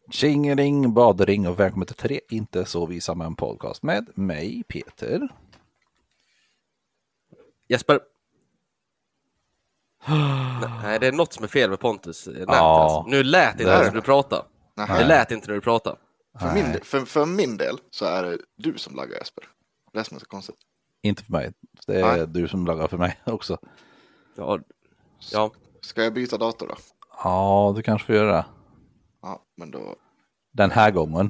Tjingeling, badring och välkommen till 3 inte så vi samma en podcast med mig, Peter. Jesper. Nej, det är något som är fel med Pontus nät. Ja, alltså. Nu lät det inte när du pratade. Det lät inte när du pratade. För min del så är det du som laggar, Jesper. Det är som är så konstigt. Inte för mig. Det är du som laggar för mig också. Ja. Ska jag byta dator då? Ja, du kanske får göra det. Ja, men då... Den här gången.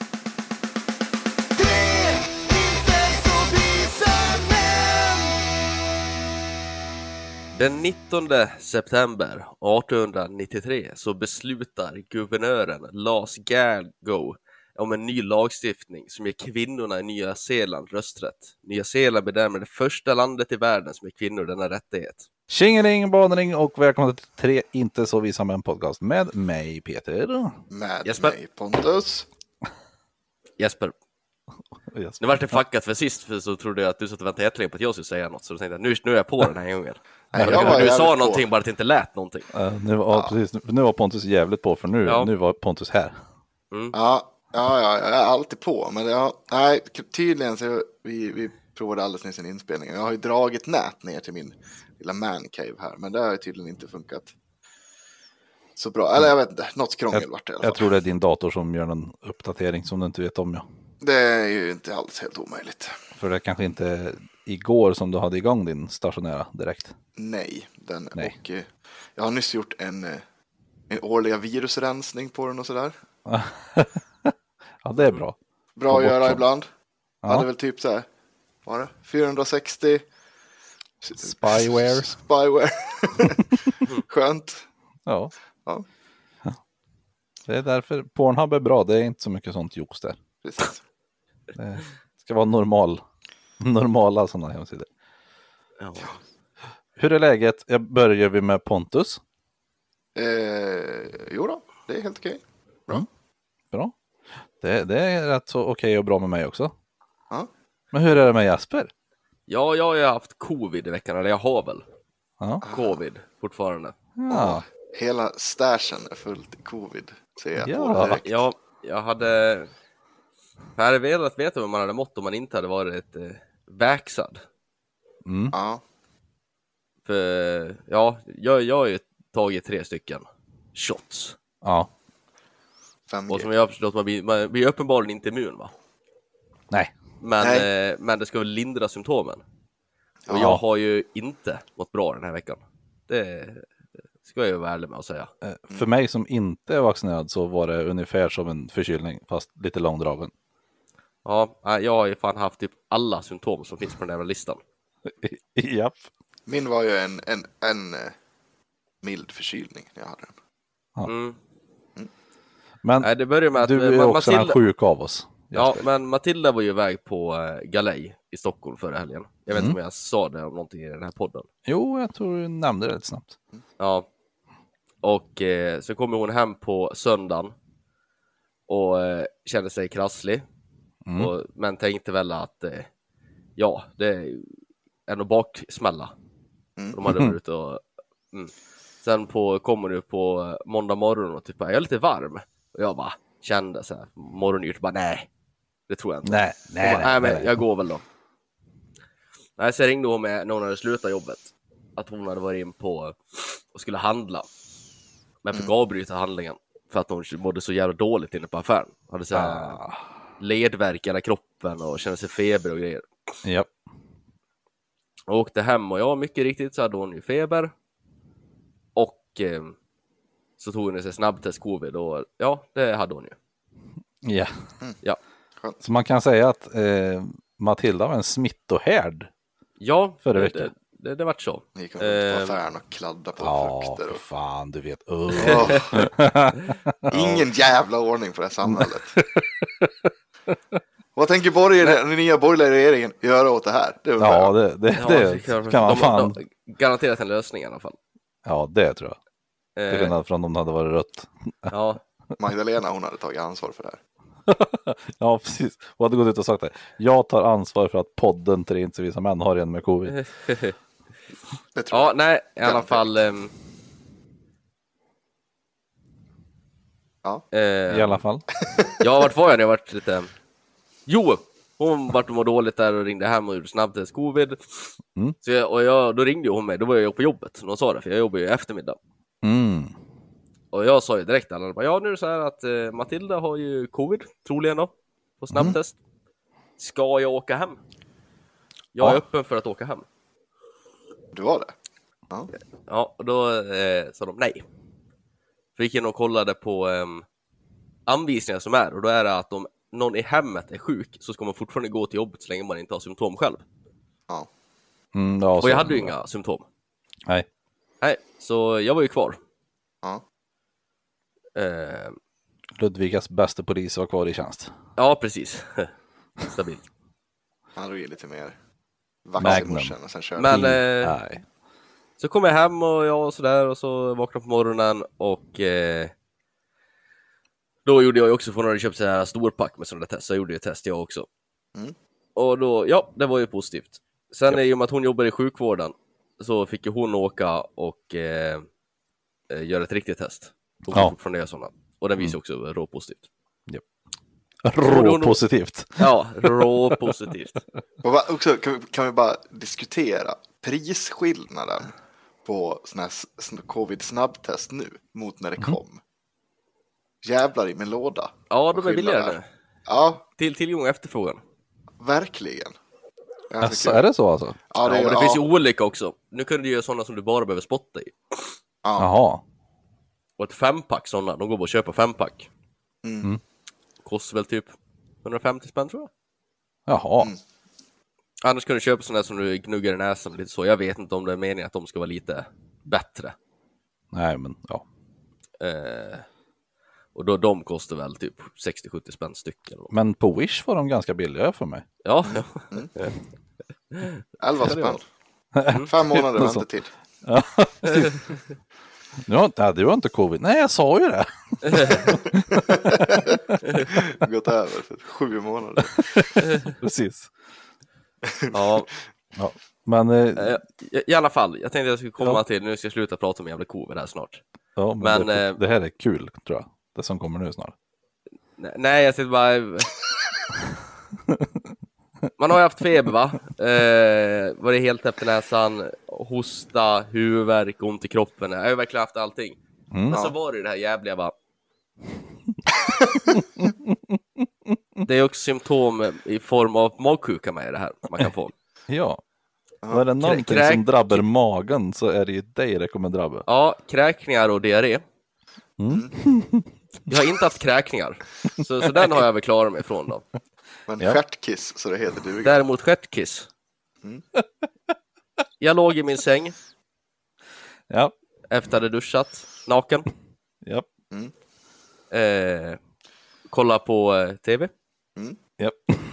Den 19 september 1893 så beslutar guvernören Lars Gergo om en ny lagstiftning som ger kvinnorna i Nya Zeeland rösträtt. Nya Zeeland blir därmed det första landet i världen som ger kvinnor denna rättighet. Tjingeling, badring och välkommen till 3 inte så vi samma en podcast med mig, Peter. Med Jesper. mig, Pontus. Jesper. Nu var det fuckat för sist, för så trodde jag att du satt och väntade jättelänge på att jag skulle säga något. Så då tänkte jag, nu är jag på den här gången. Du sa någonting, bara att det inte lät någonting. Precis. Nu var Pontus jävligt på, för nu var Pontus här. Mm. Ja, jag är alltid på. Men tydligen så vi provade alldeles nyss en inspelning. Jag har ju dragit nät ner till min lilla mancave här. Men det har tydligen inte funkat så bra. Eller jag vet inte, något krångel vart det i alla fall. Jag tror det är din dator som gör en uppdatering som du inte vet om. Ja. Det är ju inte alls helt omöjligt. För det är kanske inte igår som du hade igång din stationära direkt. Nej. Och jag har nyss gjort en årliga virusrensning på den och sådär. Ja, det är bra. Bra att göra ibland. Ja. Hade väl typ så här, vad var det? 460 Spyware. Skönt. Ja. Det är därför Pornhub är bra. Det är inte så mycket sånt jox där. Precis. Det ska vara normala sådana hemsidor. Ja. Hur är läget? Börjar vi med Pontus? Jo då, det är helt okej. Bra. Bra. Det är rätt så okej och bra med mig också. Ja. Men hur är det med Jesper? Ja, jag har haft covid i veckan, eller jag har väl covid fortfarande. Ja. Hela stashen är fullt i covid, ser jag på direkt. Ja, jag hade velat veta hur man hade mått om man inte hade varit vaxad. Mm. Ja. För jag har ju tagit 3 stycken shots. Ja. 5G. Och som jag har förstått, man blir uppenbarligen inte immun, va? Nej. Men det ska väl lindra symptomen. Och jag har ju inte mått bra den här veckan. Det ska jag ju vara ärlig med att säga. För mig som inte är vaccinerad så var det ungefär som en förkylning, fast lite långdragen. Ja, jag har ju fan haft typ alla symptom som finns på den här listan. Japp. Min var ju en mild förkylning när jag hade den. Ja. Mm. Men det börjar med att du är också en sjuk av oss. Ja, men Matilda var ju iväg på galej i Stockholm förra helgen. Jag vet inte om jag sa det om någonting i den här podden. Jo, jag tror du nämnde det lite snabbt. Ja. Och så kommer hon hem på söndagen och kände sig krasslig. Men tänkte väl att det är nog baksmälla. De hade varit och sen kommer du på måndag morgon och typ jag är lite varm. Och jag bara kände så här morgonyrt, bara nej. Det tror jag inte. Nej, men jag går väl då. Nej, så ringde hon med när hon hade slutat jobbet. Att hon hade varit in på och skulle handla. Men fick avbryta handlingen. För att hon mådde så jävla dåligt inne på affären. Hade så här ledvärk i hela kroppen och kände sig feber och grejer. Japp. Och åkte hem och mycket riktigt så hade hon ju feber. Och så tog hon sig snabbtest covid och det hade hon ju. Ja. Ja. Så man kan säga att Matilda var en smittohärd. Ja, förra veckan. Det vart så. Ni kan gå på affären och kladda på frukter. Ja, fan, du vet. Ingen jävla ordning på det här samhället. Vad tänker den nya borgerliga regeringen göra åt det här? Det kan man fan. De garanterat en lösning i alla fall. Ja, det tror jag. Till skillnad från om det hade varit rött. Ja. Magdalena, hon hade tagit ansvar för det här. Ja, precis. Och hade gått ut och sagt det. Jag tar ansvar för att podden 3 inte så visa män har en med covid. Det tror jag. Nej, i alla fall. Ja. I alla fall. Ja, vart var jag när jag varit lite... Jo, hon vart må dåligt där och ringde hem och gjorde snabbtest covid. Så då ringde hon mig, då var jag på jobbet. Hon sa det, för jag jobbar ju eftermiddag. Och jag sa ju direkt till alla, ja nu är det så här att Matilda har ju covid, troligen då, på snabbtest. Ska jag åka hem? Jag är öppen för att åka hem. Du var det? Ja, och då sa de nej. För gick in och kollade på anvisningar som är. Och då är det att om någon i hemmet är sjuk så ska man fortfarande gå till jobbet så länge man inte har symptom själv. Ja. Och jag hade ju inga symptom. Nej, så jag var ju kvar. Ja. Ludvigas bästa polis var kvar i tjänst. Ja, precis. Stabilt. Han drog lite mer Magnum. vax i morsen och sen körde. Men Nej. så kom jag hem och jag och sådär. Och så vaknade på morgonen. Och då gjorde jag också, för hon hade köpt så här storpack med sådana test. Så jag gjorde ju test jag också. Och då, ja, det var ju positivt. Sen är ju med att hon jobbar i sjukvården, så fick ju hon åka och göra ett riktigt test. Hon får fortfarande göra sådana. Och den visar också råpositivt. Råpositivt. Ja, råpositivt. Och också, kan vi bara diskutera prisskillnaden på såna här covid-snabbtest nu mot när det kom? Jävlar i min låda. Ja, de är billigare nu. Ja. Tillgång och efterfrågan. Verkligen. Alltså, är det så alltså? Ja, Men det finns ju olika också. Nu kunde du göra sådana som du bara behöver spotta i. Jaha. Och ett 5-pack sådana, de går bara att köpa 5-pack. Kostar väl typ 150 spänn tror jag. Jaha. Annars kan du köpa sådana som du gnuggar i näsan lite så. Jag vet inte om det är meningen att de ska vara lite bättre. Nej, men ja. Och då de kostar väl typ 60-70 spänn styck eller något. Men på Wish var de ganska billiga för mig. Ja. 11 spänn. 5 månader väntetid. Ja. Du har inte covid. Nej, jag sa ju det. Gått över för 7 månader. Precis. Ja. Men I alla fall, jag tänkte att jag skulle komma till, nu ska jag sluta prata om jävla covid här snart. ja, men det här är kul, tror jag. Det som kommer nu snart. Nej, jag sitter bara... Man har ju haft feber, va? Var det helt efter näsan, hosta, huvudvärk, ont i kroppen. Jag har ju verkligen haft allting. Men så var det här jävliga, va? Det är också symptom i form av magsjuka med det här man kan få. Ja. Var det någonting som drabbar magen så är det ju dig det kommer drabba. Ja, kräkningar och diarré. Jag har inte haft kräkningar. Så den har jag väl klarat mig ifrån då. Men stjärtkiss, så det heter duga. Däremot stjärtkiss. Jag låg i min säng. Ja. Efter att jag hade duschat. Naken. Ja. Kolla på tv. Ja.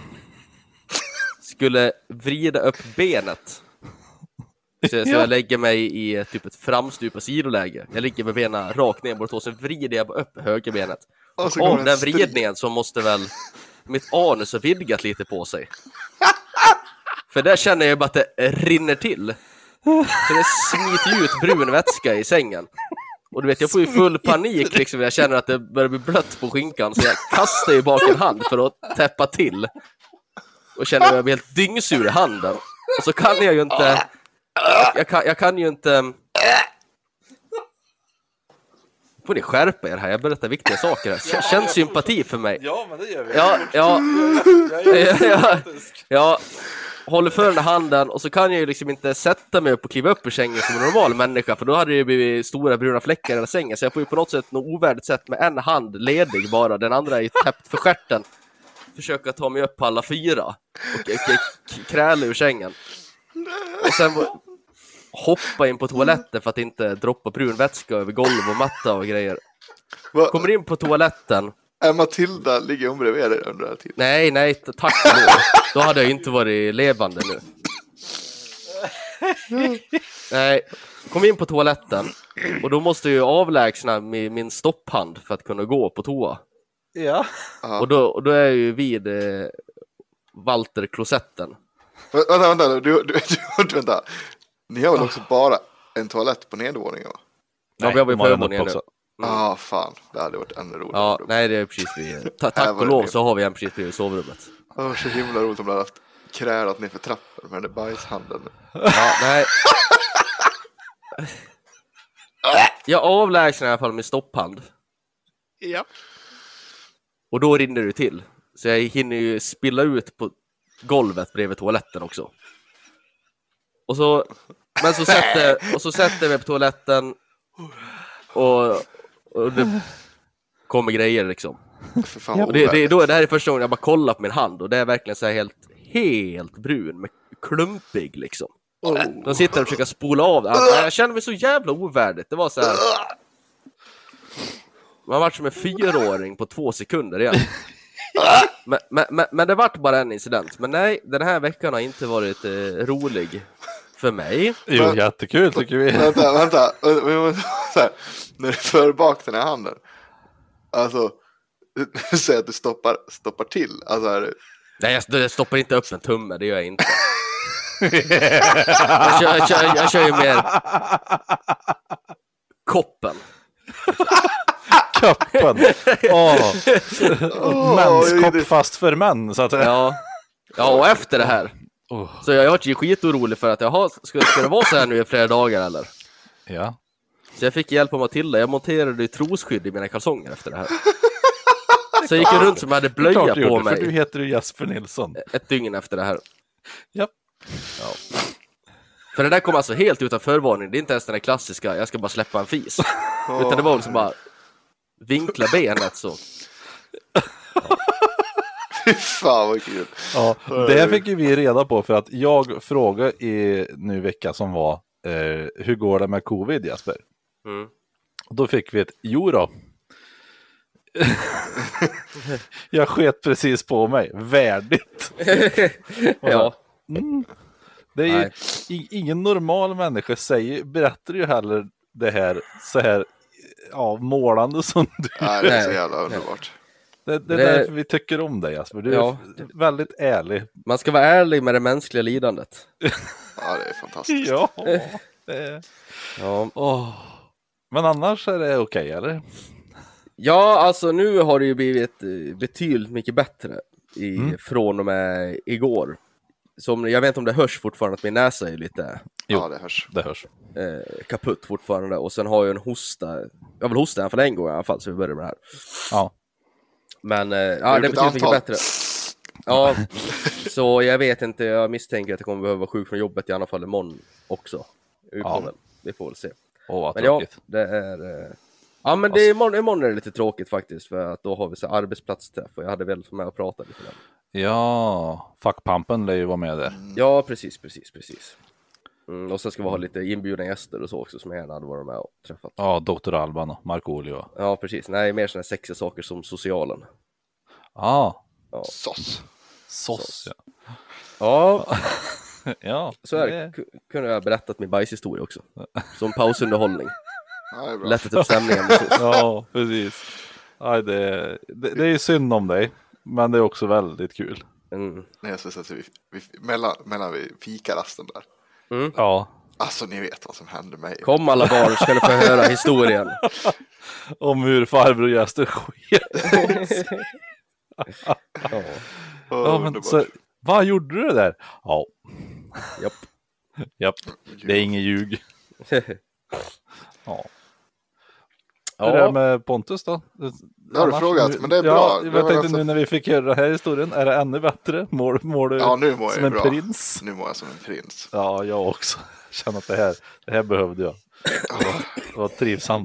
Skulle vrida upp benet. Så jag lägger mig i typ ett framstupa sidoläge. Jag ligger med benen rakt ner bort och sen vrider jag upp högerbenet. Och den vridningen så måste väl mitt anus har vidgat lite på sig. För där känner jag bara att det rinner till. Så det smiter ut brun vätska i sängen. Och du vet, jag får ju full panik liksom. Jag känner att det börjar bli blött på skinkan. Så jag kastar ju bak en hand för att täppa till. Och känner att jag blir helt dyngsur i handen. Och så kan jag ju inte... Jag kan ju inte... Får ni skärpa er här? Jag berättar viktiga saker här. Känn sympati för mig. Ja, men det gör vi. Ja. Håller för den handen och så kan jag ju liksom inte sätta mig upp och kliva upp ur sängen som en normal människa, för då hade det ju blivit stora bruna fläckar i hela sängen. Så jag får ju på något sätt något ovärdigt sätt med en hand ledig bara, den andra är täppt för stjärten, försöka ta mig upp på alla 4 och kräla ur sängen. Och sen hoppa in på toaletten för att inte droppa brun vätska över golv och matta och grejer. Kommer in på toaletten. Är Matilda ligger hon bredvid dig under den här tiden? Nej, tack nu. Då hade jag inte varit levande nu. Nej, kom in på toaletten. Och då måste jag ju avlägsna min stopphand för att kunna gå på toa. Ja. Och då är jag ju vid Walter-klosetten. Vänta. Ni har väl också bara en toalett på nedervåningen, va? Ja, vi har ju på övervåningen nu. Fan. Det hade varit ännu roligare. Ja, nej, det är precis vid. Tack och lov så har vi en precis bredvid sovrummet. Så himla roligt om du hade haft krälat ner för trappor med den där bajshandeln. Ja, nej. Jag avlägsnar i alla fall med stopphand. Ja. Och då rinner det till. Så jag hinner ju spilla ut på golvet bredvid toaletten också. Och så sätter vi på toaletten. Och det kommer grejer liksom. För fan, Och det här är första gången jag bara kollar på min hand. Och det är verkligen så här helt brun. Med klumpig liksom. De sitter och försöker spola av det. Jag känner mig så jävla ovärdigt. Det var så här. Man har varit som en 4-åring på 2 sekunder igen. Men det vart bara en incident. Men nej, den här veckan har inte varit rolig för mig. Jo, jättekul tycker vi. Vänta. Så här, när du för bak den här handen. Alltså, du säger att du stoppar till. Alltså, Nej, jag stoppar inte upp en tumme, det gör jag inte. Jag kör ju mer koppen. Koppen. Menskopp fast för män så att ja, och efter det här. Så jag har varit ju skitorolig för att ska det vara så här nu i flera dagar eller? Ja. Så jag fick hjälp av Matilda. Jag monterade ju trosskydd i mina kalsonger efter det här. Så jag gick runt som jag hade blöja på mig. För du heter ju Jesper Nilsson. Ett dygn efter det här. Japp. Ja. För det där kom alltså helt utan förvarning. Det är inte ens den där klassiska, jag ska bara släppa en fis. Utan det var liksom bara vinkla benet så. Fy fan vad kul. Ja, det fick ju vi reda på för att jag frågade i nu vecka som var hur går det med covid, Jesper? Och då fick vi ett jo då. Jag sket precis på mig. Värdigt. Ja. Det är ju ingen normal människa berättar ju heller det här så här målande som du. Nej, det är så jävla underbart. Det är därför vi tycker om dig, Jasper. Du är väldigt ärlig. Man ska vara ärlig med det mänskliga lidandet. Ja, det är fantastiskt. Ja. Ja. Men annars är det okej, eller? Ja, alltså nu har det ju blivit betydligt mycket bättre från och med igår. Som, jag vet inte om det hörs fortfarande att min näsa är lite ja, det hörs. Kaputt fortfarande. Och sen har jag en hosta. Jag vill hosta i alla fall en gång i alla fall, så vi börjar med det här. Ja. Men det är betydligt mycket bättre. Ja, så jag vet inte. Jag misstänker att jag kommer behöva vara sjuk från jobbet i alla fall imorgon också. Vi får väl se. Men ja, det är... Ja, men det är imorgon är det lite tråkigt faktiskt. För att då har vi så arbetsplatsträff. Och jag hade väl med att prata lite där. Ja, fuckpampen lär ju vara med där. Ja, precis. Och sen ska vi ha lite inbjudna gäster och så också som jag gärna hade varit med och träffat. Ja, Dr. Alban och Markoolio. Ja, precis. Nej, mer sådana sexiga saker som socialen. Ja. Sås. Ja. Ja. Så här kunde jag ha berättat min bajshistoria också. Som pausunderhållning. Ja, det är bra. Lättat upp stämningen. Ja, precis. Aj, det är ju synd om dig. Men det är också väldigt kul. Nej, så mellan vi fikarasten där. Ja. Alltså, ni vet vad som hände mig. Kom alla barn, ska ni få höra historien. Om hur farbror Gäster sker. Ja, men så, vad gjorde du där? Ja. Japp. Det är ingen ljug. Ja. Det där med Pontus då? Det har du frågat, men det är bra. Ja, jag tänkte nu när vi fick höra den här historien, är det ännu bättre? Mår du nu mår som jag en bra. prins? Nu mår jag som en prins. Ja, jag också. Jag känner att det här behövde jag. Det var trivsamt.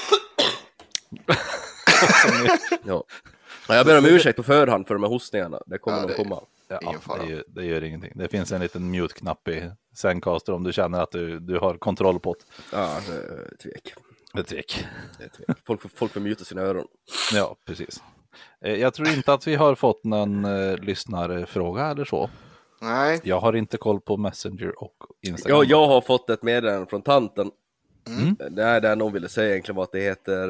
Ja. Jag ber om ursäkt på förhand för de här hostningarna. Det kommer de komma. Ja, det gör ingenting. Det finns en liten mute-knapp i Zencaster om du känner att du har kontroll på det. Ja, det är tvek. Det är tvek. Folk får muta sina öron. Ja, precis. Jag tror inte att vi har fått någon lyssnarfråga eller så. Nej. Jag har inte koll på Messenger och Instagram. Ja, jag har fått ett meddelande från tanten. Det är där någon ville säga egentligen var att det heter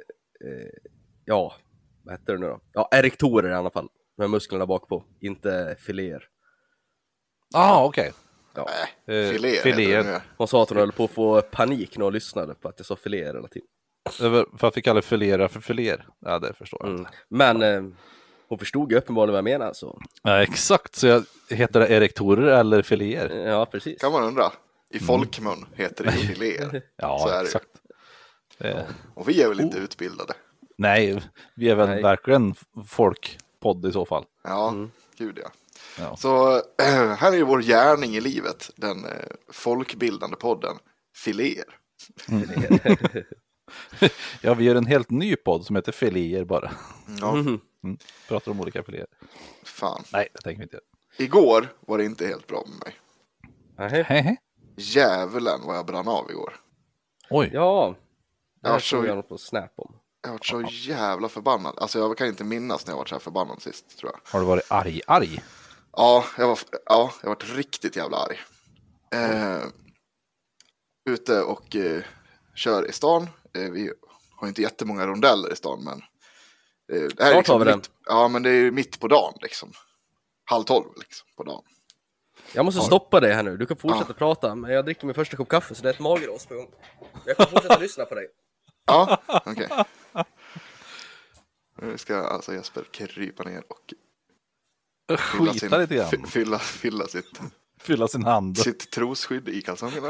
vad heter det nu då? Ja, erektorer i alla fall. Med musklerna bak på, inte filéer. Okej. Ja. Filéer. Hon sa att hon höll på att få panik när hon lyssnade på att jag sa filéer hela tiden. För att vi kallar filera för filer. Ja, det förstår jag. Men hon förstod ju uppenbarligen vad jag menar. Så. Ja, exakt. Så heter det erektorer eller filer? Ja, precis. Kan man undra. I folkmun heter det filer. Ja, så är exakt. Det. Och vi är väl inte utbildade. Nej, vi är väl verkligen folkpodd i så fall. Ja, gud ja. Så här är ju vår gärning i livet. Den folkbildande podden Filer. Ja, vi gör en helt ny podd som heter Filer bara. Ja. Pratar om olika filer. Fan. Nej, det tänker vi inte göra. Igår var det inte helt bra med mig. Hej. Djävulen vad jag brann av igår. Oj. Ja. Jag har så... jag på Snap om. Jag har varit så jävla förbannad. Alltså jag kan inte minnas när jag var så här förbannad sist, tror jag. Har du varit arg? Ja, jag har varit riktigt jävla arg. Ute och kör i stan. Vi har inte jättemånga rondeller i stan, men det här är liksom ja, men det är mitt på dagen liksom. 11:30 liksom på dagen. Jag måste stoppa dig här nu. Du kan fortsätta prata, men jag dricker min första kopp kaffe så det är ett magerås på gång. Jag kan fortsätta lyssna på dig. Ja, okej. Nu ska alltså Jesper krypa ner och skita lite grann. Fylla sin hand. Sitt trosskydd i kalsongerna.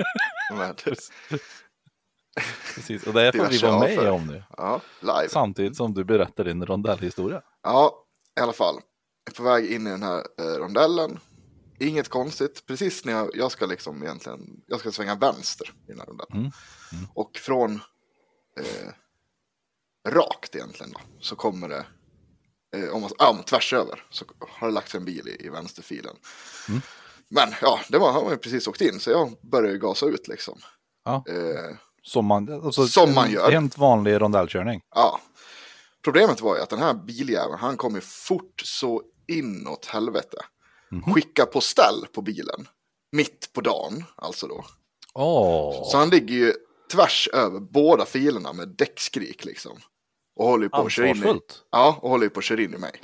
Precis, och det får vi vara med om nu. Ja, live. Samtidigt som du berättar din rondellhistoria. Ja, i alla fall. Jag är på väg in i den här rondellen. Inget konstigt. Precis när jag ska liksom egentligen, jag ska svänga vänster i den här rondellen. Och från rakt egentligen då, så kommer det om tvärs över så har det lagt sig en bil i vänsterfilen. Men ja, har man ju precis åkt in, så jag började gasa ut liksom. Ja. Som man gör. Helt vanlig rondellkörning. Ja. Problemet var ju att den här biljäveln, han kom ju fort så inåt helvete. Skicka på ställ på bilen. Mitt på dagen, alltså då. Så han ligger ju tvärs över båda filerna med däckskrik liksom. Och håller ju på att köra in i, och håller ju på att köra in i mig.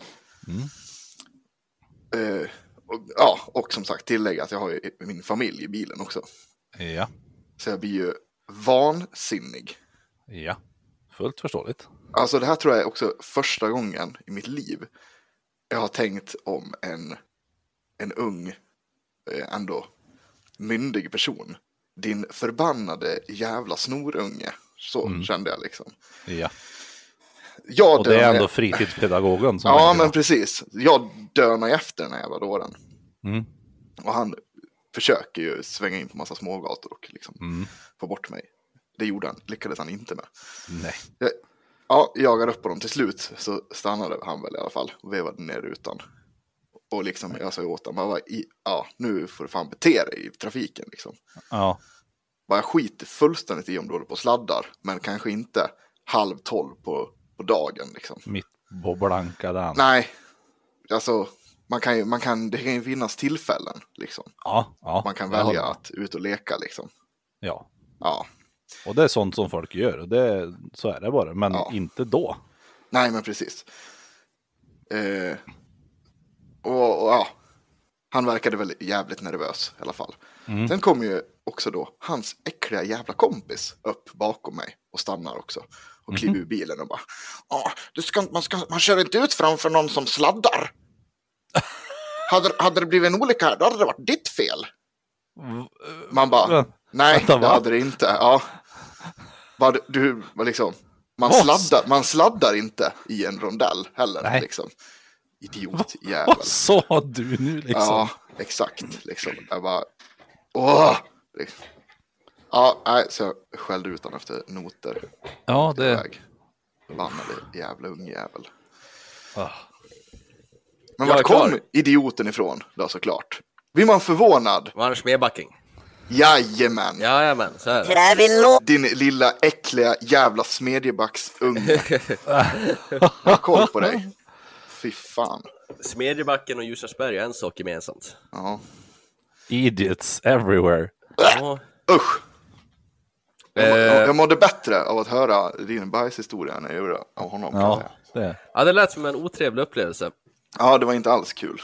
Och som sagt tillägga att jag har ju min familj i bilen också. Ja. Så jag blir ju vansinnig. Ja, fullt förståeligt. Alltså det här tror jag är också första gången i mitt liv jag har tänkt om en ung, ändå myndig person. Din förbannade jävla snorunge. Så kände jag liksom. Ja. Och det är ändå fritidspedagogen som ja, men precis. Jag dönar efter den här jävla dåren. Och han försöker ju svänga in på massa smågator och liksom få bort mig. Det lyckades han inte med. Nej. Jag jagar upp honom till slut, så stannade han väl i alla fall och vevade ner rutan. Och liksom jag sa åt honom, nu får du fan bete dig i trafiken liksom. Ja. Bara skiter fullständigt i om du håller på och sladdar, men kanske inte 11:30 på dagen liksom. Mitt på blanka dagen. Nej, alltså det kan ju finnas tillfällen liksom. Ja. Man kan välja att ut och leka liksom. Ja. Ja. Och det är sånt som folk gör, och så är det bara, men inte då. Nej, men precis. Han verkade väl jävligt nervös i alla fall. Sen kom ju också då hans äckliga jävla kompis upp bakom mig och stannar också. Och kliver ur bilen och bara, man kör inte ut framför någon som sladdar. Hade det blivit en olycka här, då hade det varit ditt fel. Man bara, nej, det hade det inte. Ja. Du liksom, man sladdar inte i en rondell heller liksom. Idiot jävel. Vad sa du nu liksom? Ja, exakt liksom. Jag bara liksom. Ja, nej, så jag skällde ut honom efter noter. Ja, det Förbannade jävla ungjävel. Ah. Men vart kom idioten ifrån då, såklart? Blir man förvånad? Var det Smedbacking? Jajamän, så är det. Din lilla äckliga jävla Smedjebacks-unge. Jag har koll på dig. Fy fan. Smedjebacken och Ljusnarsberg är en sak gemensamt. Ja. Idiots everywhere. Usch. Jag mådde bättre av att höra din bajshistoria än jag gjorde av honom. Det lät som en otrevlig upplevelse. Ja, det var inte alls kul.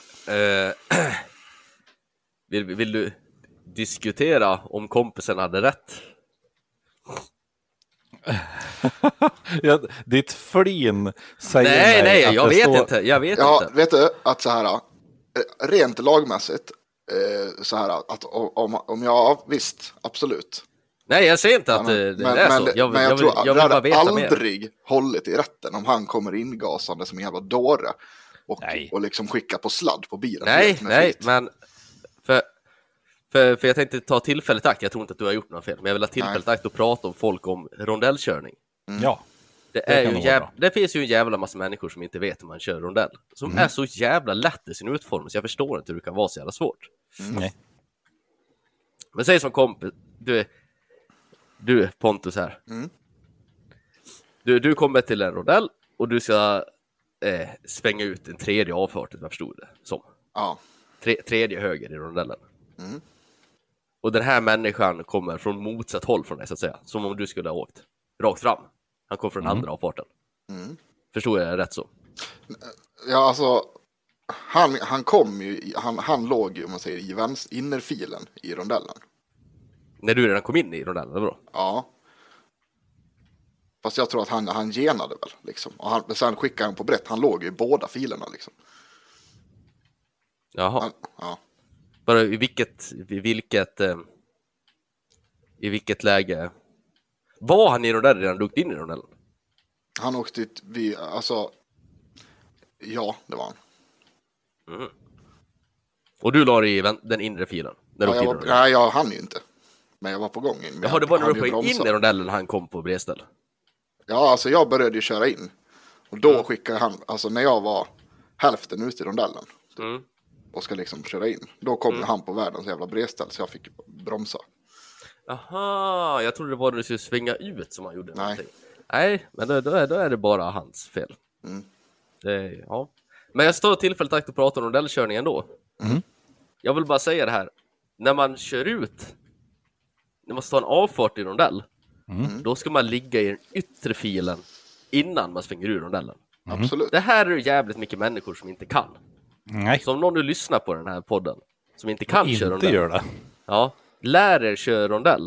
Vill du diskutera om kompisen hade rätt? Ja, ditt flin säger Nej, mig jag vet inte. Vet du att så här, rent lagmässigt, så här att om jag visst, absolut. Nej, jag säger inte att det är så. Jag vill bara veta mer. Aldrig hållit i rätten om han kommer ingasande som en jävla dåre och liksom skicka på sladd på bilen. Nej, men för jag tänkte ta tillfället akt. Jag tror inte att du har gjort något fel, men jag vill ha tillfället akt och prata om folk om rondellkörning. Ja. Det finns ju en jävla massa människor som inte vet hur man kör rondell. Som är så jävla lätt i sin utformning, så jag förstår inte hur det kan vara så jävla svårt. Nej. Men säg som kompis, du Pontus här. Du kommer till en rondell och du ska svänga ut en tredje avfart, jag förstod det som. Ja. Tredje höger i rondellen. Och den här människan kommer från motsatt håll från dig, så att säga. Som om du skulle ha åkt rakt fram. Han kom från andra avfarten. Förstår jag rätt så? Ja, alltså han kom ju, han låg ju, om man säger, i innerfilen i rondellen. När du redan kom in i rondellen, eller? Ja. Fast jag tror att han genade väl liksom. Och sen skickade han på brett. Han låg i båda filerna liksom. Jaha. Ja. Bara i vilket läge var han i rondellen redan dukt in i rondellen? Han åkte ut ja, det var han. Och du la i den inre filen? Nej, jag hann ju inte. Men jag var på gång in. Jaha, det var när du kom in i rondellen han kom på bredställ? Ja, alltså jag började ju köra in. Och då skickade han, alltså när jag var hälften ute i rondellen och ska liksom köra in, då kom han på världens jävla bredställ, så jag fick bromsa. Aha, jag trodde det var när du skulle svänga ut som han gjorde. Nej. Nej, men då är det bara hans fel. Ja. Men jag står tillfälligt att prata om rondellkörningen då. Jag vill bara säga det här. När man kör ut, när man står en avfart i rondell, då ska man ligga i den yttre filen innan man svänger ur rondellen. Absolut. Det här är jävligt mycket människor som inte kan. Nej. Som någon du lyssnar på den här podden som inte kan köra rondell. Inte gör det. Ja, lär er köra rondell.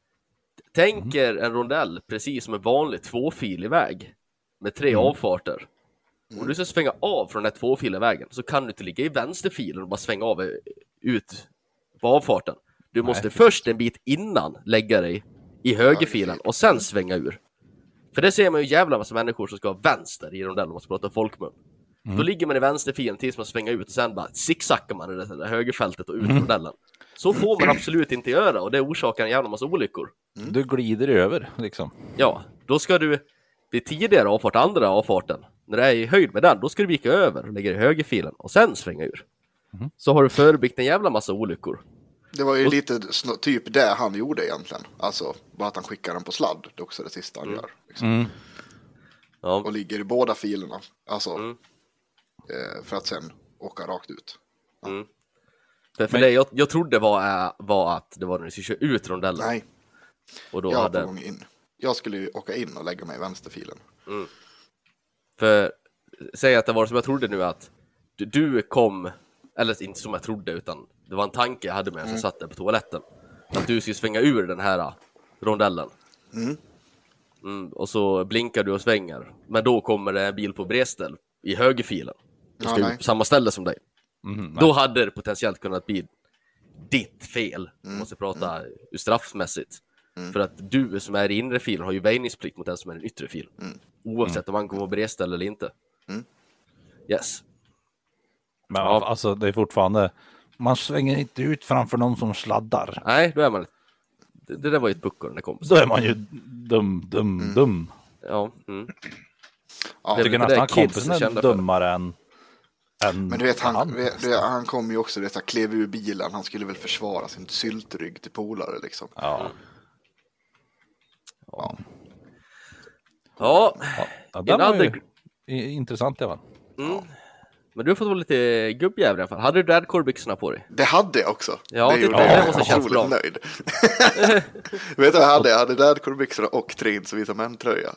Tänker en rondell precis som en vanlig tvåfilig väg med 3 avfarter. Om du ska svänga av från den här tvåfiliga vägen, så kan du inte ligga i vänsterfilen och bara svänga av ut på avfarten. Du måste först en bit innan lägga dig i högerfilen och sen svänga ur. För det ser man ju jävla massa människor som ska ha vänster i rondellen, om man ska prata folkmun. Då ligger man i vänsterfilen tills man svänger ut och sen bara zigzackar man i det där högerfältet och ut rondellen. Så får man absolut inte göra, och det orsakar en jävla massa olyckor. Du glider över liksom. Ja, då ska du vid tidigare avfart, andra avfarten, när det är i höjd med den, då ska du vika över och lägga i högerfilen och sen svänga ur. Så har du förebyggt en jävla massa olyckor. Det var ju lite typ det han gjorde egentligen. Alltså, bara att han skickar den på sladd. Det är också det sista han gör. Liksom. Ja. Och ligger i båda filerna. Alltså, för att sen åka rakt ut. Ja. För det jag trodde var att det var när du skulle köra ut rondellen. Nej, och då jag var på gång in. Jag skulle ju åka in och lägga mig i vänsterfilen. För säg att det var som jag trodde nu, att du kom, eller inte som jag trodde, utan det var en tanke jag hade med som satt där på toaletten, att du skulle svänga ur den här rondellen. Och så blinkar du och svänger, men då kommer det en bil på bredställ i högerfilen. Du ska ut på samma ställe som dig. Då hade det potentiellt kunnat bli ditt fel. Man måste prata straffmässigt. För att du som är i inre filen har ju väjningsplikt mot den som är i den yttre filen. Oavsett om man kommer på bredställ eller inte. Yes. Men alltså det är fortfarande, man svänger inte ut framför någon som sladdar. Nej, då är man, det där var ju ett puckor när det kom. Då är man ju dum. Ja. Jag tycker nästan att kompisen är dummare än men du vet, han kom ju också, han klev ur bilen. Han skulle väl försvara sin syltrygg till polare liksom. Ja. Den var ju intressant det var. Men du har fått vara lite gubbjävlig i alla fall. Hade du dadcore-byxorna på dig? Det hade jag också. Ja, det måste kännas bra. Nöjd. Vet du vad jag hade? Jag hade dadcore-byxorna och Trins vita män-tröja.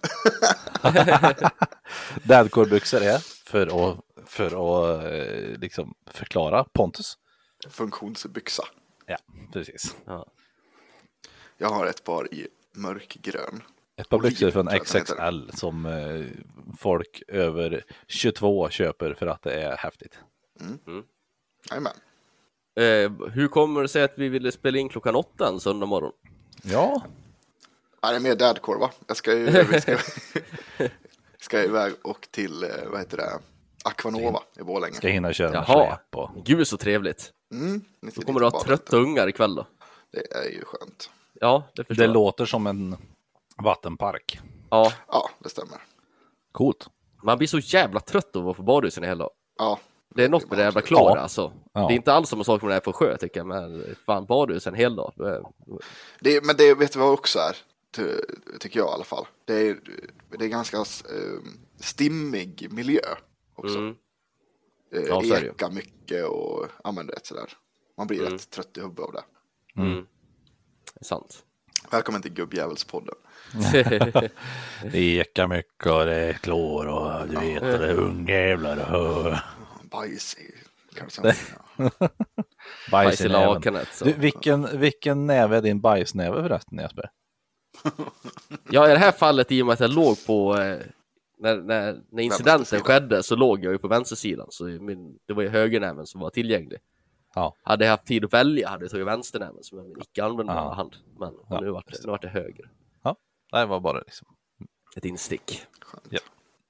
Dadcore-byxor är för att liksom förklara Pontus. Funktionsbyxa. Ja, precis. Ja. Jag har ett par i mörkgrön. Ett par byxor från XXL som folk över 22 köper för att det är häftigt. Amen. Hur kommer det sig att vi ville spela in klockan 8 en söndag morgon? Ja. Det är mer dadcore, va? Vi ska iväg och till, Aquanova i Borlänge. Ska hinna köra med släp på. Gud, så trevligt. Då kommer du ha trötta ungar ikväll då. Det är ju skönt. Ja, det förstår jag. Låter som en vattenpark. Ja, det stämmer. Coolt. man blir så jävla trött av att vara på badhusen hela dag. Ja. Det är något med det jävla klara alltså. Ja. Det är inte alls samma sak med det här på sjö tycker jag. Men fan, badhusen hela dag. Men det vet du vad också är? Tycker jag i alla fall. Det är ganska stimmig miljö också. Eka mycket och använder det sådär. Man blir rätt trött i huvudet av det. Det är sant. Välkommen till Gubbjävelspodden. Det ekar mycket och det är klor och du vet, det är ungjävlar och bajs i kanske. Bajs i lakanet. Vilken näve är din bajsnäve förresten, Jesper? Ja, i det här fallet i och med att jag låg på när incidenten skedde så låg jag ju på vänstersidan, så det var ju högernäven som var tillgänglig. Ja. Hade jag haft tid att välja hade jag tagit vänsternäven som är min icke-användbara hand, men nu vart det höger. Ja, det var bara liksom ett instick. Ja.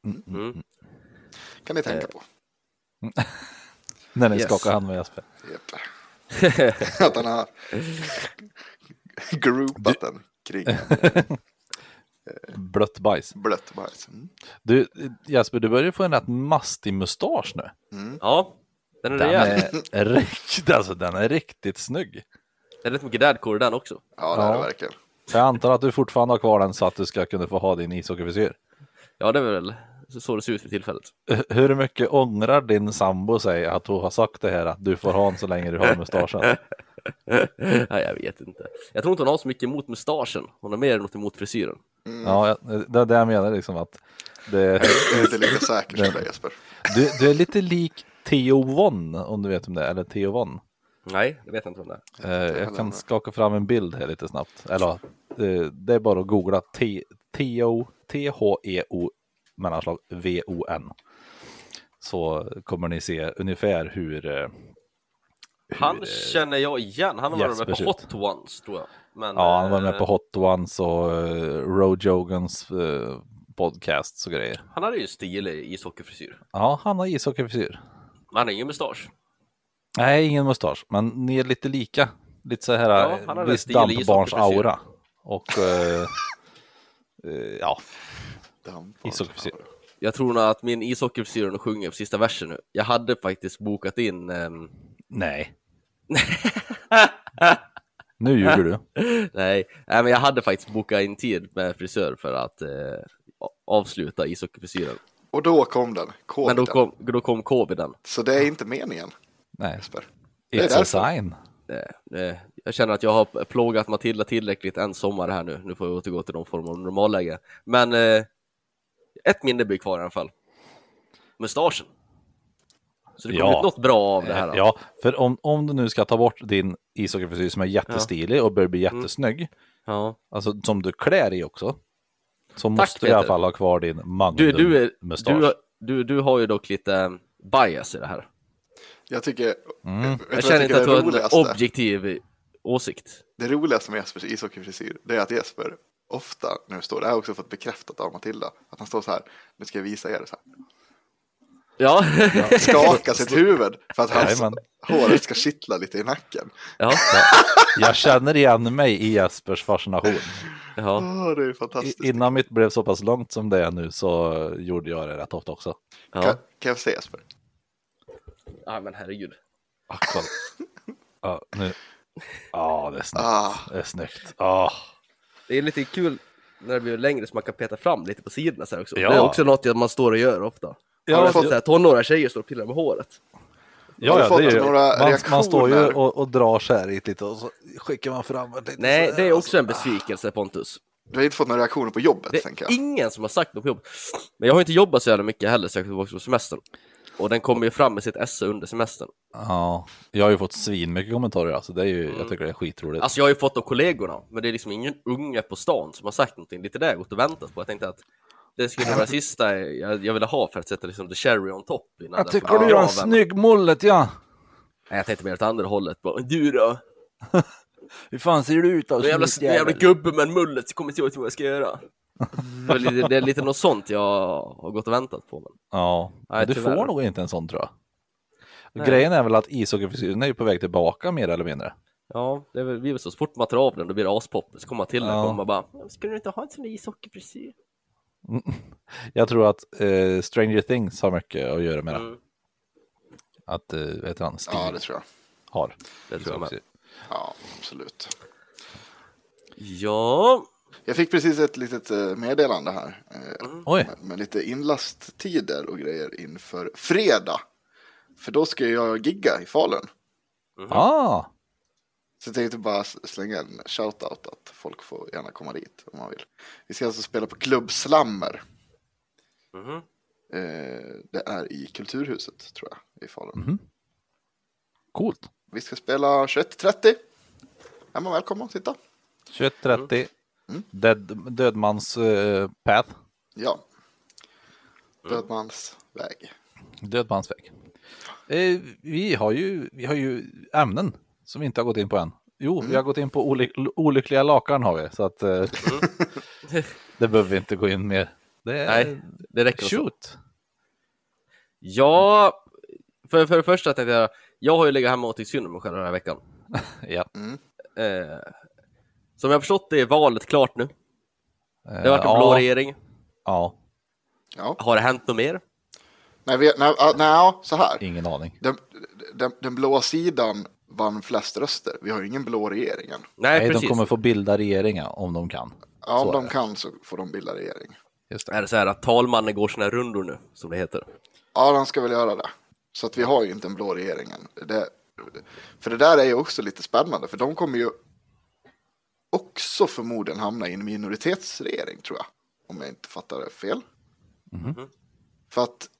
Kan ni tänka på när ni skakar hand med Jesper. Att han har groupat den kring blött bajs. Du, Jesper, du börjar få en rätt mastig mustasch nu. Ja, den är riktigt snygg. Det är rätt mycket dadcore den också. Ja, det är det verkligen. Jag antar att du fortfarande har kvar den så att du ska kunna få ha din ishockeyfrisyr. Ja, det är väl så det ser ut för tillfället. Hur mycket ångrar din sambo sig att hon har sagt det här att du får ha den så länge du har mustaschen? Nej, jag vet inte. Jag tror inte hon har så mycket emot mustaschen. Hon har mer något emot frisyren. Ja, det är det jag menar liksom att det är inte lika säkert som det, Jesper. Du är lite lik Theo Von, om du vet om det är, eller Theo Von. Nej, det vet jag inte om det är. Jag kan skaka fram en bild här lite snabbt. Eller det är bara att googla Theo, T-H-E-O mellanslag V-O-N. Så kommer ni se ungefär hur han känner jag igen. Han har varit med på Hot Ones, tror jag. Men, ja, han var med på Hot Ones och Roe Jogans podcast och grejer. Han hade ju stilig ishockeyfrisyr. Ja, han har ishockeyfrisyr. Han har ingen mustasch. Nej, ingen mustasch. Men ni är lite lika. Lite så här viss dampbarns aura. Och ishockeyfrisyr. Jag tror nog att min ishockeyfrisyr sjunger på sista versen nu. Jag hade faktiskt bokat in... Nej. Nu ljuger du. Nej, men jag hade faktiskt bokat in tid med frisör för att avsluta ishockeyfrisyren. Och då kom den. Men då kom coviden. Så det är inte meningen. Nej. Jesper. It's a sign. Jag känner att jag har plågat Matilda tillräckligt en sommar här nu. Nu får jag återgå till någon form av normalläge. Men ett minne blir kvar i alla fall. Mustaschen. Så det kommer något bra av det här. Ja, för om du nu ska ta bort din ishockeyfrisyr som är jättestilig och börjar bli jättesnygg. Ja. Alltså som du klär i också. Så måste du i alla fall ha kvar din Magnum-mustasch. Du har ju dock lite bias i det här. Jag tycker... Jag känner inte att du har en objektiv åsikt. Det roligaste med Jespers ishockeyfrisyr, det är att Jesper ofta, när det står, det har jag också fått bekräftat av Matilda, att han står så här, nu ska jag visa er det så här. Ja. Skaka sitt huvud för att hans håret ska kittla lite i nacken. Ja. Jag känner igen mig i Jespers fascination. Ja. Det är fantastiskt. Innan mitt blev så pass långt som det är nu så gjorde jag det rätt ofta också. Ja. Kan jag se Jesper? Ja, men herregud. Ja, nu. Ja, det är snyggt. Det är snyggt. Det är lite kul när det blir längre så man kan peta fram lite på sidorna så här också. Ja. Det är också något man står och gör ofta. Ja, tonåriga tjejer står och pillar med håret. Ja, det är man står ju och drar så här lite och så skickar man fram lite. Nej, det är också en besvikelse, Pontus. Du har inte fått några reaktioner på jobbet, det tänker jag. Ingen som har sagt något på jobbet. Men jag har inte jobbat så jävla mycket heller, särskilt också på semestern. Och den kommer ju fram med sitt esse under semestern. Ja, jag har ju fått svinmycket kommentarer, alltså det är ju, jag tycker det är skitroligt. Alltså jag har ju fått av kollegorna, men det är liksom ingen unge på stan som har sagt någonting. Lite där jag gått och väntat på. Jag tänkte att det skulle vara det sista jag ville ha för att sätta liksom the cherry on top. Jag tycker du gör en snygg mullet, ja. Nej, jag tänkte mer åt andra hållet. Bara, du då? Hur fan ser du ut då? Jävla gubbe med en mullet så kommer inte jag till vad jag ska göra. Det är lite något sånt jag har gått och väntat på. Men... Ja, Nej, du tyvärr. får nog inte en sån, tror jag. Nej. Grejen är väl att ishockeyfrisyren är ju på väg tillbaka mer eller mindre. Ja, det är väl, vi är väl så fort man tar av den, då blir det aspop. Så kommer man till den och kommer bara, ska du inte ha en sån ishockeyfrisyr? Jag tror att Stranger Things har mycket att göra med det. Att, vet han, Steve Ja, det tror jag. har. Det tror jag med. Ja, absolut. Ja. Jag fick precis ett litet meddelande här. Oj. Med lite inlasttider och grejer inför fredag. För då ska jag gigga i Falun. Ah, Så jag tänkte bara slänga en shoutout att folk får gärna komma dit om man vill. Vi ska alltså spela på Club Slammer. Det är i Kulturhuset, tror jag, i Falun. coolt. Vi ska spela 21:30. Är man välkommen att titta? 21:30. Dödmans path. Ja. Dödmans väg. Dödmans väg. Vi har ju ämnen som vi inte har gått in på än. Jo, vi har gått in på olyckliga lakan har vi. Så att det behöver vi inte gå in mer. Nej, det räcker så. Shoot. Ja, för det första tänkte jag har ju legat hemma och tyckt synd om mig själv den här veckan. Ja. Som jag har förstått det är valet klart nu. Det har varit en blå regering. Ja. Har det hänt något mer? Nej, så här. Ingen aning. Den blå sidan vann flest röster. Vi har ju ingen blå regering än. Nej, De precis. kommer få bilda regeringar om de kan. Ja, om Så de är kan så får de bilda regering. Just det. Är det så här att talmannen går sina rundor nu, som det heter? Ja, de ska väl göra det. Så att vi har ju inte en blå regering än. För det där är ju också lite spännande. För de kommer ju också förmodligen hamna i en minoritetsregering, tror jag. Om jag inte fattar det fel. För att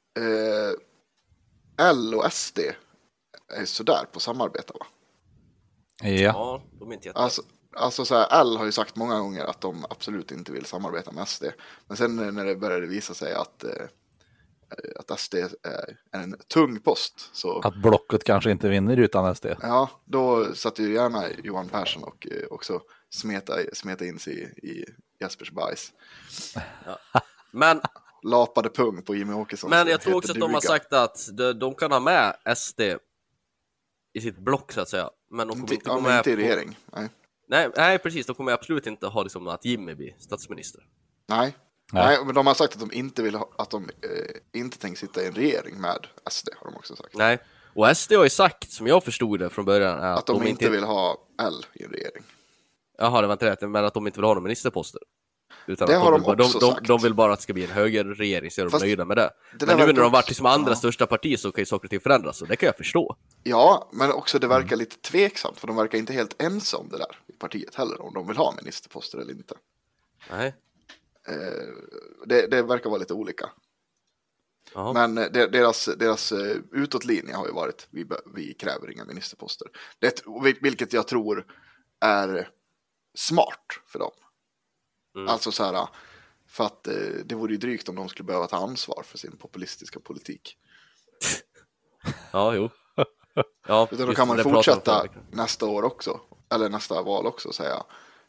L och SD är sådär på samarbete, va? Ja, de är inte jätte... Alltså så här, L har ju sagt många gånger att de absolut inte vill samarbeta med SD. Men sen när det började visa sig att SD är en tung post. Så, Att blocket kanske inte vinner utan SD. ja, då satt ju gärna Johan Persson och också smeta in sig i Jespers bajs. Ja. Men Lapade pung på Jimmy Åkesson. Men jag tror också att de har sagt att de kan ha med SD i sitt block, så att säga. Men de kommer inte gå med inte i på... regering. Nej, precis. De kommer absolut inte ha liksom att Jimmy blir statsminister. Nej, men de har sagt att de inte vill att de inte tänker sitta i en regering med SD, har de också sagt. Nej, och SD har ju sagt, som jag förstod det från början, att de inte vill ha L i en regering. Jaha, det var inte rätt, men att de inte vill ha någon ministerposter. Utan det att har de också sagt. De vill bara att det ska bli en högerregering, så är de nöjda med det. Men nu när de varit liksom andra största parti så kan ju saker och ting förändras, och det kan jag förstå. Ja, men också det verkar lite tveksamt, för de verkar inte helt ensamma om det där i partiet heller, om de vill ha ministerposter eller inte. Nej. Det verkar vara lite olika. Aha. Men deras utåtlinje har ju varit vi kräver inga ministerposter. Vilket jag tror är smart för dem. Alltså så här, för att det vore ju drygt om de skulle behöva ta ansvar för sin populistiska politik. Ja, jo. Ja, utan då kan man fortsätta nästa år också, eller nästa val också, och säga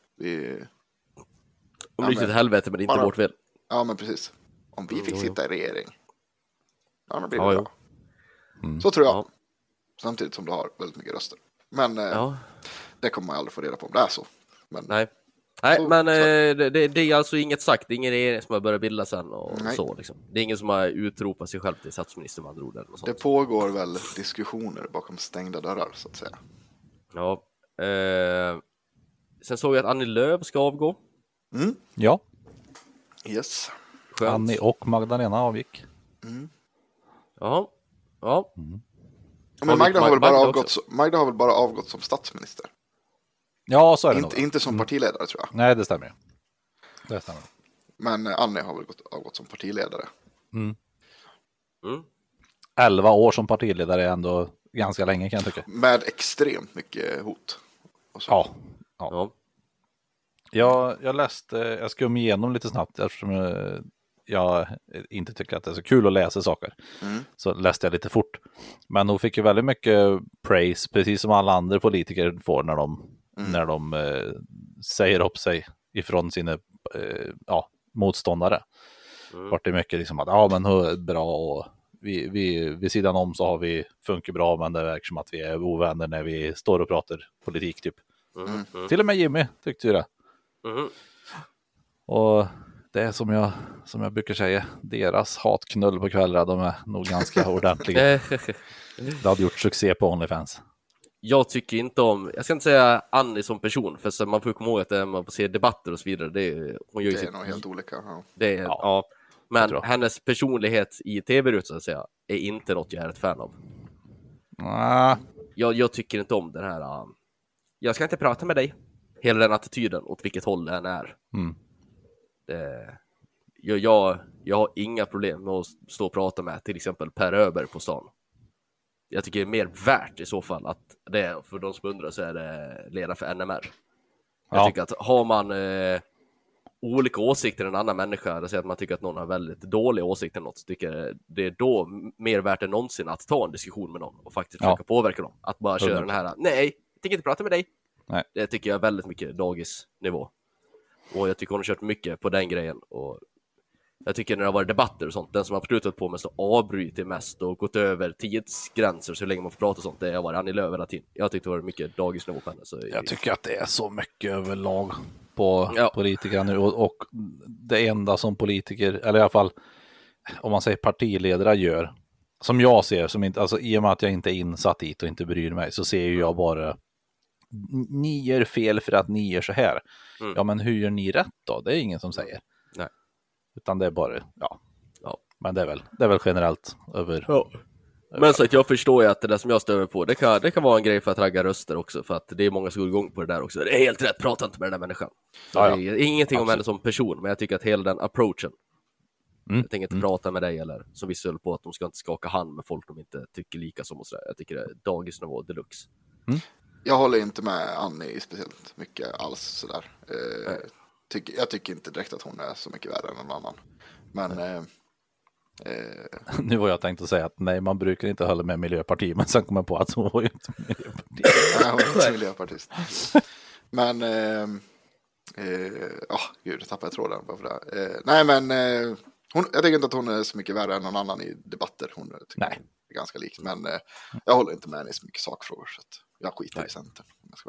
om det gick till helvete, men inte vårt fel. Ja, men precis. Om vi fick sitta i regering, ja, då blir det bra. Så tror jag. Samtidigt som du har väldigt mycket röster. Men det kommer man aldrig få reda på om det är så. Men, Nej, men det är alltså inget sagt. Det är ingen regering som har börjat bilda sen och så liksom. Det är ingen som har utropat sig själv till statsminister, med andra ord, eller något sånt. Det pågår väl diskussioner bakom stängda dörrar, så att säga. Ja. Sen såg jag att Annie Lööf ska avgå. Ja. Yes. Skönt. Annie och Magdalena avgick. Ja. Men Magda har väl bara avgått som statsminister? Ja, så är det nog. Inte som partiledare, tror jag. Nej, det stämmer. Det stämmer. Men Annie har väl avgått som partiledare. 11 år som partiledare är ändå ganska länge kan jag tycka. Med extremt mycket hot. Och så. Ja. Jag läste, jag skum igenom lite snabbt eftersom jag inte tycker att det är så kul att läsa saker. Så läste jag lite fort. Men hon fick ju väldigt mycket praise, precis som alla andra politiker får när de säger upp sig ifrån sina motståndare. Vart det mycket liksom att men hon är bra och vi vid sidan om så har vi funkar bra, men det verkar som att vi är ovänner när vi står och pratar politik typ. Till och med Jimmy tyckte ju det. Och det är som jag brukar säga, deras hatknull på kvällar, de är nog ganska ordentliga. Det hade gjort succé på OnlyFans. Jag tycker inte om, jag ska inte säga Annie som person, för så man får komma ihåg att man får se debatter och så vidare, hon gör ju nog helt olika. Ja. Det är, men hennes personlighet i tv-rut så att säga är inte något jag är ett fan av. Jag tycker inte om den här jag ska inte prata med dig. Hela den attityden åt vilket håll den är. Jag har inga problem med att stå och prata med till exempel Per Öberg på stan. Jag tycker det är mer värt i så fall att det är, för de som undrar så är det ledare för NMR. Jag tycker att har man olika åsikter än en annan människa, eller säger att man tycker att någon har väldigt dåliga åsikter eller något, så tycker jag det är då mer värt än någonsin att ta en diskussion med någon och faktiskt försöka påverka dem. Att bara köra den här, nej, jag tänker inte prata med dig. Nej. Det tycker jag är väldigt mycket dagisnivå. Och jag tycker hon har kört mycket på den grejen. Och jag tycker när det har varit debatter och sånt, den som har slutat på med så avbryter mest och gått över tidsgränser så länge man får prata och sånt, det har varit Annie Lööf hela tiden. Jag tyckte det var mycket dagisnivå på henne. Så jag tycker att det är så mycket överlag på politiker nu. Och det enda som politiker, eller i alla fall om man säger partiledare gör, som jag ser, som inte, alltså i och med att jag inte är insatt hit och inte bryr mig, så ser jag bara ni gör fel för att ni gör så här. Ja, men hur gör ni rätt då? Det är ingen som säger. Nej. Utan det är bara, men det är väl generellt över. Ja. Men så att jag förstår ju att det där som jag stöver på, det kan vara en grej för att ragga röster också, för att det är många som går igång på det där också. Det är helt rätt, prata inte med den där människan. Det är ingenting om henne som person, men jag tycker att hela den approachen, jag tänker inte prata med dig, eller som vi höll på att de ska inte skaka hand med folk de inte tycker lika som och sådär. Jag tycker det är dagisnivå deluxe. Jag håller inte med Annie speciellt mycket alls sådär. Jag tycker inte direkt att hon är så mycket värre än någon annan. Men nu var jag tänkt att säga att nej, man brukar inte hålla med Miljöpartiet, men sen kom jag på att hon var ju inte Miljöpartiet. Nej, hon är inte miljöpartist. Men gud, jag tappade tråden bara för det. Nej, men jag tycker inte att hon är så mycket värre än någon annan i debatter. Hon är ganska lik, men jag håller inte med henne i så mycket sakfrågor, så att jag skiter i Centern.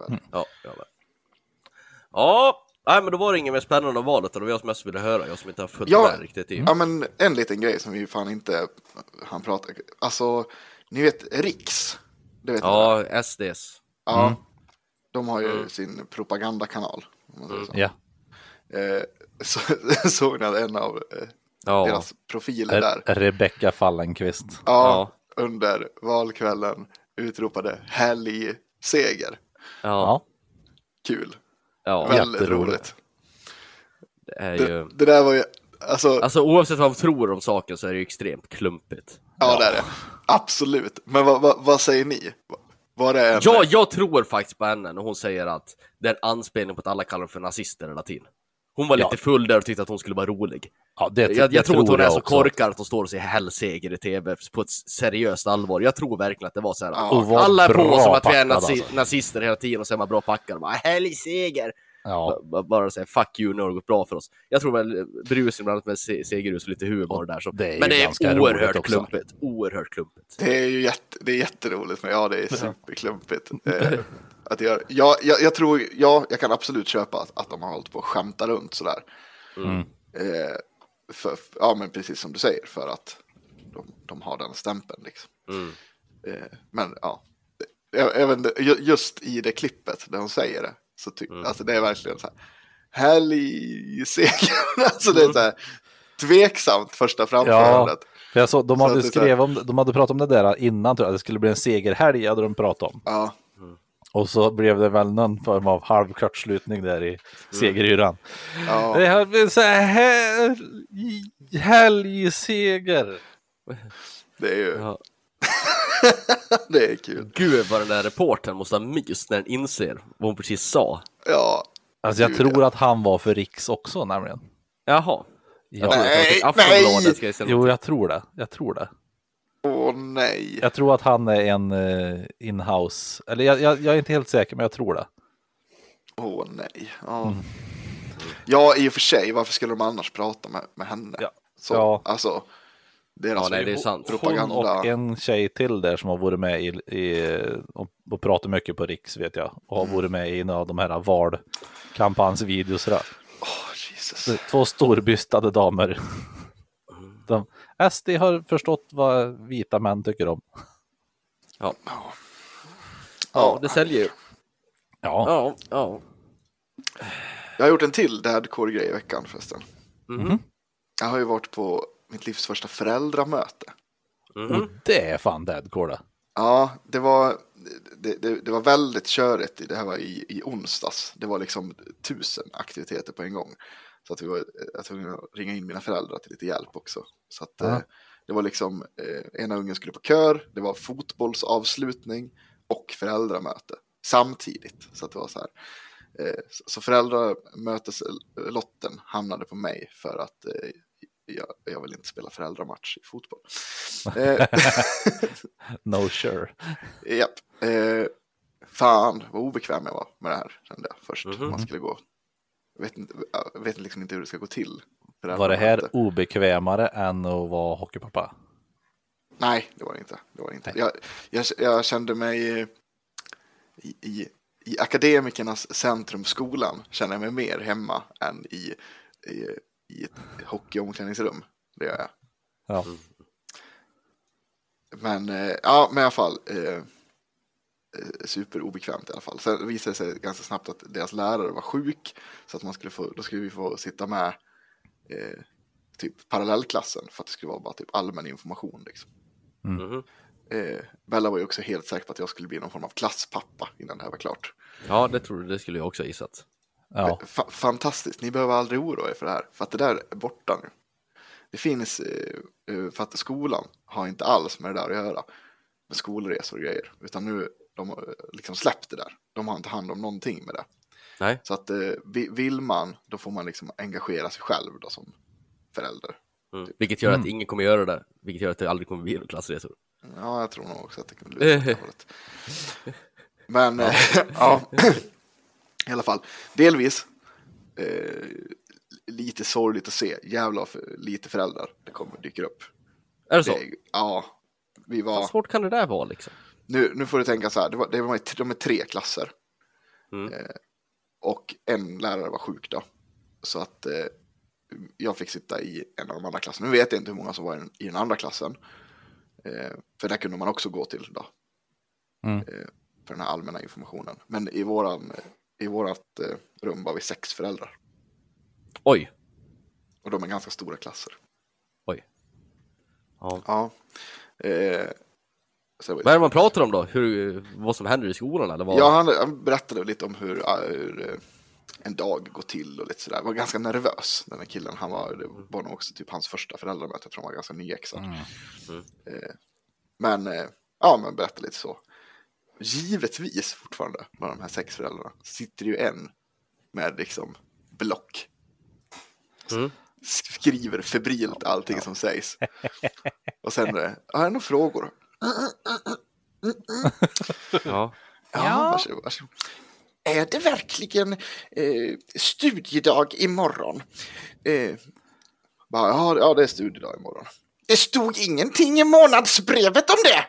Nej, men då var det ingen mer spännande om valet, och det var jag som mest ville höra, jag som inte har följt med riktigt i. Ja, men en liten grej som vi fan inte han pratar. Alltså, ni vet Riks. Det vet ni SDS. Ja, de har ju sin propagandakanal. Ja. Så såg ni att en av deras profiler där. Rebecca Fallenkvist. Ja, under valkvällen utropade helgseger. Ja. Kul. Ja, väldigt roligt. Det är ju... det där var ju alltså oavsett vad man tror om saken så är det ju extremt klumpigt. Ja, det är det. Absolut. Men vad säger ni? Jag tror faktiskt på henne när hon säger att det är en anspelning på att alla kallar dem för nazister hela tiden. Hon var lite full där och tyckte att hon skulle vara rolig. Ja, jag tror inte hon är så korkad att hon står och säger helseger i tv på ett seriöst allvar. Jag tror verkligen att det var så här. Alla är på som att vi är nazister hela tiden och så är man bra packade. Bara helseger. Ja. Bara säga fuck you, nu har det gått bra för oss. Jag tror väl brus ibland med segerhus och lite humor där. Så. Men det är oerhört klumpigt. Oerhört klumpigt. Det är ju det är jätteroligt, men det är superklumpigt. Jag kan absolut köpa att de har hållit på att skämta runt sådär. Men precis som du säger, för att de har den stämpeln liksom. Men även just i det klippet där hon säger det, så alltså det är verkligen så här helgseger. Alltså det är så här tveksamt första framförandet. Ja, jag såg, de hade pratat om det där innan, tror jag. Det skulle bli en segerhelg, hade de pratat om. Ja. Och så blev det väl någon form av halvkvartslutning där i segeryran. Ja. Det har så här helgseger. Det är ju Det är kul. Gud vad den där reportern måste ha myst när den inser vad hon precis sa. Ja. Alltså jag tror att han var för Riks också nämligen. Jaha. Ja. Nej. Jo, jag tror det. Åh nej. Jag tror att han är en in-house. Eller jag är inte helt säker, men jag tror det. Åh nej. Ja. Ja, i och för sig. Varför skulle de annars prata med henne? Ja. Så, Ja. alltså. Deras det är sant. propaganda. Hon och en tjej till där som har varit med och pratat mycket på Riks, vet jag. Och har varit med i en av de här valkampanjsvideos. Jesus. 2 storbystade damer. SD har förstått vad vita män tycker om. Ja, det säljer ju. Ja. Ja. Jag har gjort en till dadcore-grej i veckan förresten. Mhm. Jag har ju varit på mitt livs första föräldramöte. Och det är fan dadcore. Ja, det var väldigt körigt. Det här var i onsdags. Det var liksom 1000 aktiviteter på en gång. Så att jag tvungen att ringa in mina föräldrar till lite hjälp också. Så att det var liksom, ena ungen skulle på kör, det var fotbollsavslutning och föräldramöte samtidigt. Så att det var så här. Så föräldramöteslotten hamnade på mig för att jag vill inte spela föräldramatch i fotboll. No sure. Japp. Fan, vad obekväm jag var med det här, kände jag först. Man skulle gå. Jag vet liksom inte hur det ska gå till. Var det här obekvämare än att vara hockeypappa? Nej, det var det inte. Jag kände mig i akademikernas centrumskolan känner jag mig mer hemma än i ett hockeyomklädningsrum. Det gör jag. Ja. Men i alla fall superobekvämt i alla fall. Sen visade det sig ganska snabbt att deras lärare var sjuk, så att då skulle vi få sitta med typ parallellklassen för att det skulle vara bara typ allmän information liksom. Bella var ju också helt säker på att jag skulle bli någon form av klasspappa innan det här var klart. Ja, det skulle jag också ha gissat. Ja. Fantastiskt, ni behöver aldrig oroa er för det här, för att det där är borta nu. Det finns, för att skolan har inte alls med det där att göra, med skolresor och grejer, utan nu de har liksom släppt det där. De har inte hand om någonting med det. Nej. Så att vill man, då får man liksom engagera sig själv då som förälder. Typ. Vilket gör att ingen kommer göra det. Vilket gör att det aldrig kommer bli några klassresor. Ja, jag tror nog också att det kan bli det hållet. Men ja, i alla fall. Delvis lite sorgligt att se. Jävla lite föräldrar det dyker upp. Är det så? Ja, vi var... Hur svårt kan det där vara liksom? Nu får du tänka så här. De är 3 klasser. Och en lärare var sjuk då. Så att jag fick sitta i en av de andra klasserna. Nu vet jag inte hur många som var i den andra klassen. För där kunde man också gå till då. För den här allmänna informationen. Men i vårat rum var vi 6 föräldrar. Oj. Och de är ganska stora klasser. Oj. Ja. Vad är det man pratar om då? Vad som händer i skolan? Eller vad? Ja, han berättade lite om hur en dag går till och lite sådär. Var ganska nervös, den här killen. Det var nog också typ hans första föräldramöte. Jag tror han var ganska nyexad. Men berättade lite så. Givetvis fortfarande, bland de här 6 föräldrarna, sitter ju en med liksom block. Skriver febrilt allting som sägs. Och sen har jag några frågor. Ja, varsågod. Är det verkligen studiedag imorgon? Ja, det är studiedag imorgon. Det stod ingenting i månadsbrevet om det.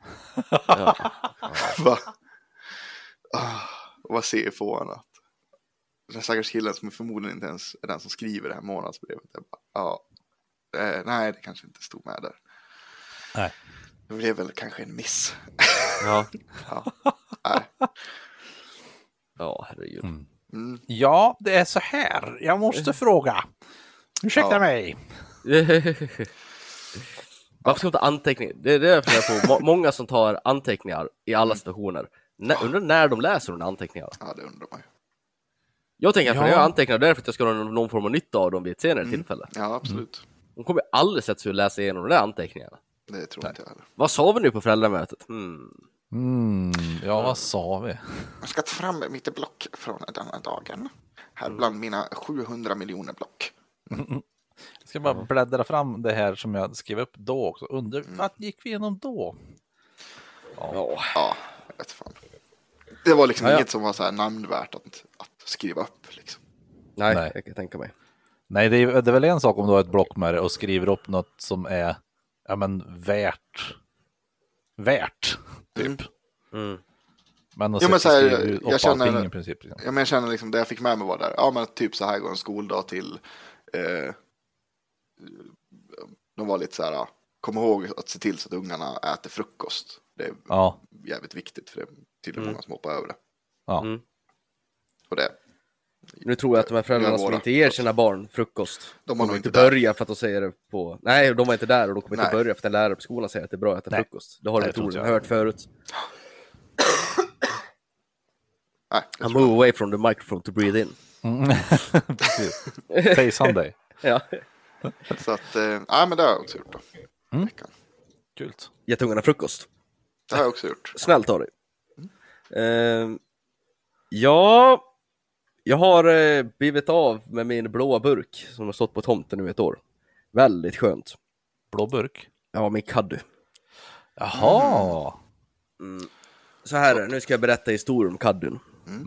Vad ser på honom? Den stackars killen som förmodligen inte ens är den som skriver det här månadsbrevet. Nej, det kanske inte stod med där. Nej. Det blev väl kanske en miss. Nej. Ja, herregud. Ja, det är så här. Jag måste fråga. Ursäkta mig. Varför ska man ta anteckningar? Det är det jag funderar på. Många som tar anteckningar i alla situationer. Undrar när de läser de anteckningarna. Ja, det undrar man ju. Jag tänker att jag gör anteckningar därför att jag ska ha någon form av nytta av dem vid ett senare tillfälle. Ja, absolut. De kommer aldrig sätta sig och läsa igenom de där anteckningarna. Det tror inte jag heller. Vad sa vi nu på föräldramötet? Ja, vad sa vi? Jag ska ta fram mitt block från denna dagen. Här bland mina 700 miljoner block. Jag ska bara bläddra fram det här som jag skrev upp då också. Vad gick vi igenom då? Ja, jag vet fan. Det var liksom inget som var så här namnvärt att skriva upp liksom. Nej, jag kan tänka mig. Nej, det är väl en sak om du har ett block med det och skriver upp något som är värt typ. Men att men så här, jag känner i princip. Ja, men jag känner liksom det jag fick med mig var där. Ja, men typ så här går en skoldag till. De var lite så här. Kom ihåg att se till så att ungarna äter frukost. Det är jävligt viktigt för det är tydligen många som hoppar över det. Ja. Och det. Nu tror jag att de här föräldrarna som inte ger sina barn frukost, de har nog inte börja för att de säger det på... Nej, de var inte där och de kommer inte börja för att en lärare på skolan säger att det är bra att äta frukost. Det har de troligen hört förut. I move away from the microphone to breathe in. Say Sunday. Ja. Så att, men det har jag också gjort då. Kul. Gett ungarna frukost. Det har jag också gjort. Snällt av dig. Ja, jag har blivit av med min blåa burk som har stått på tomten nu ett år. Väldigt skönt. Blå burk? Ja, min kaddu. Jaha. Så här, nu ska jag berätta historien om kaddun.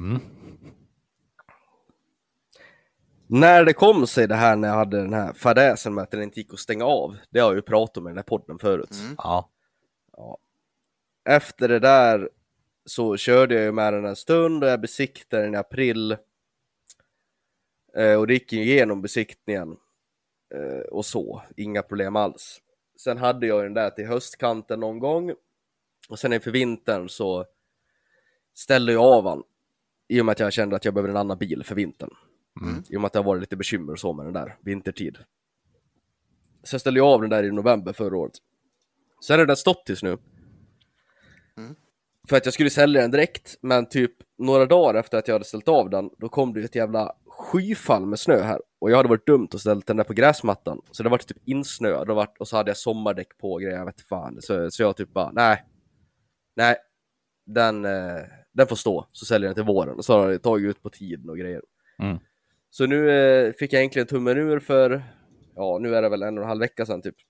När det kom sig det här när jag hade den här fadäsen med att den inte gick att stänga av. Det har jag ju pratat om i den här podden förut. Ja. Efter det där så körde jag ju med den en stund och jag besiktade den i april. Och det gick igenom besiktningen. Och så, inga problem alls. Sen hade jag den där till höstkanten någon gång. Och sen inför vintern så ställde jag av den. I och med att jag kände att jag behöver en annan bil för vintern. I och med att det har varit lite bekymmer och så med den där vintertid. Så jag ställde jag av den där i november förra året. Sen har den stått tills nu. För att jag skulle sälja den direkt. Men typ några dagar efter att jag hade ställt av den, då kom det ett jävla skyfall med snö här. Och jag hade varit dumt och ställt den där på gräsmattan. Så det var typ insnöad och så hade jag sommardäck på och grejer, jag vet fan. Så jag typ bara, nej. Den får stå, så säljer jag den till våren. Och så har jag tagit ut på tiden och grejer. Så nu fick jag egentligen tummen ur för, nu är det väl 1,5 vecka sedan typ.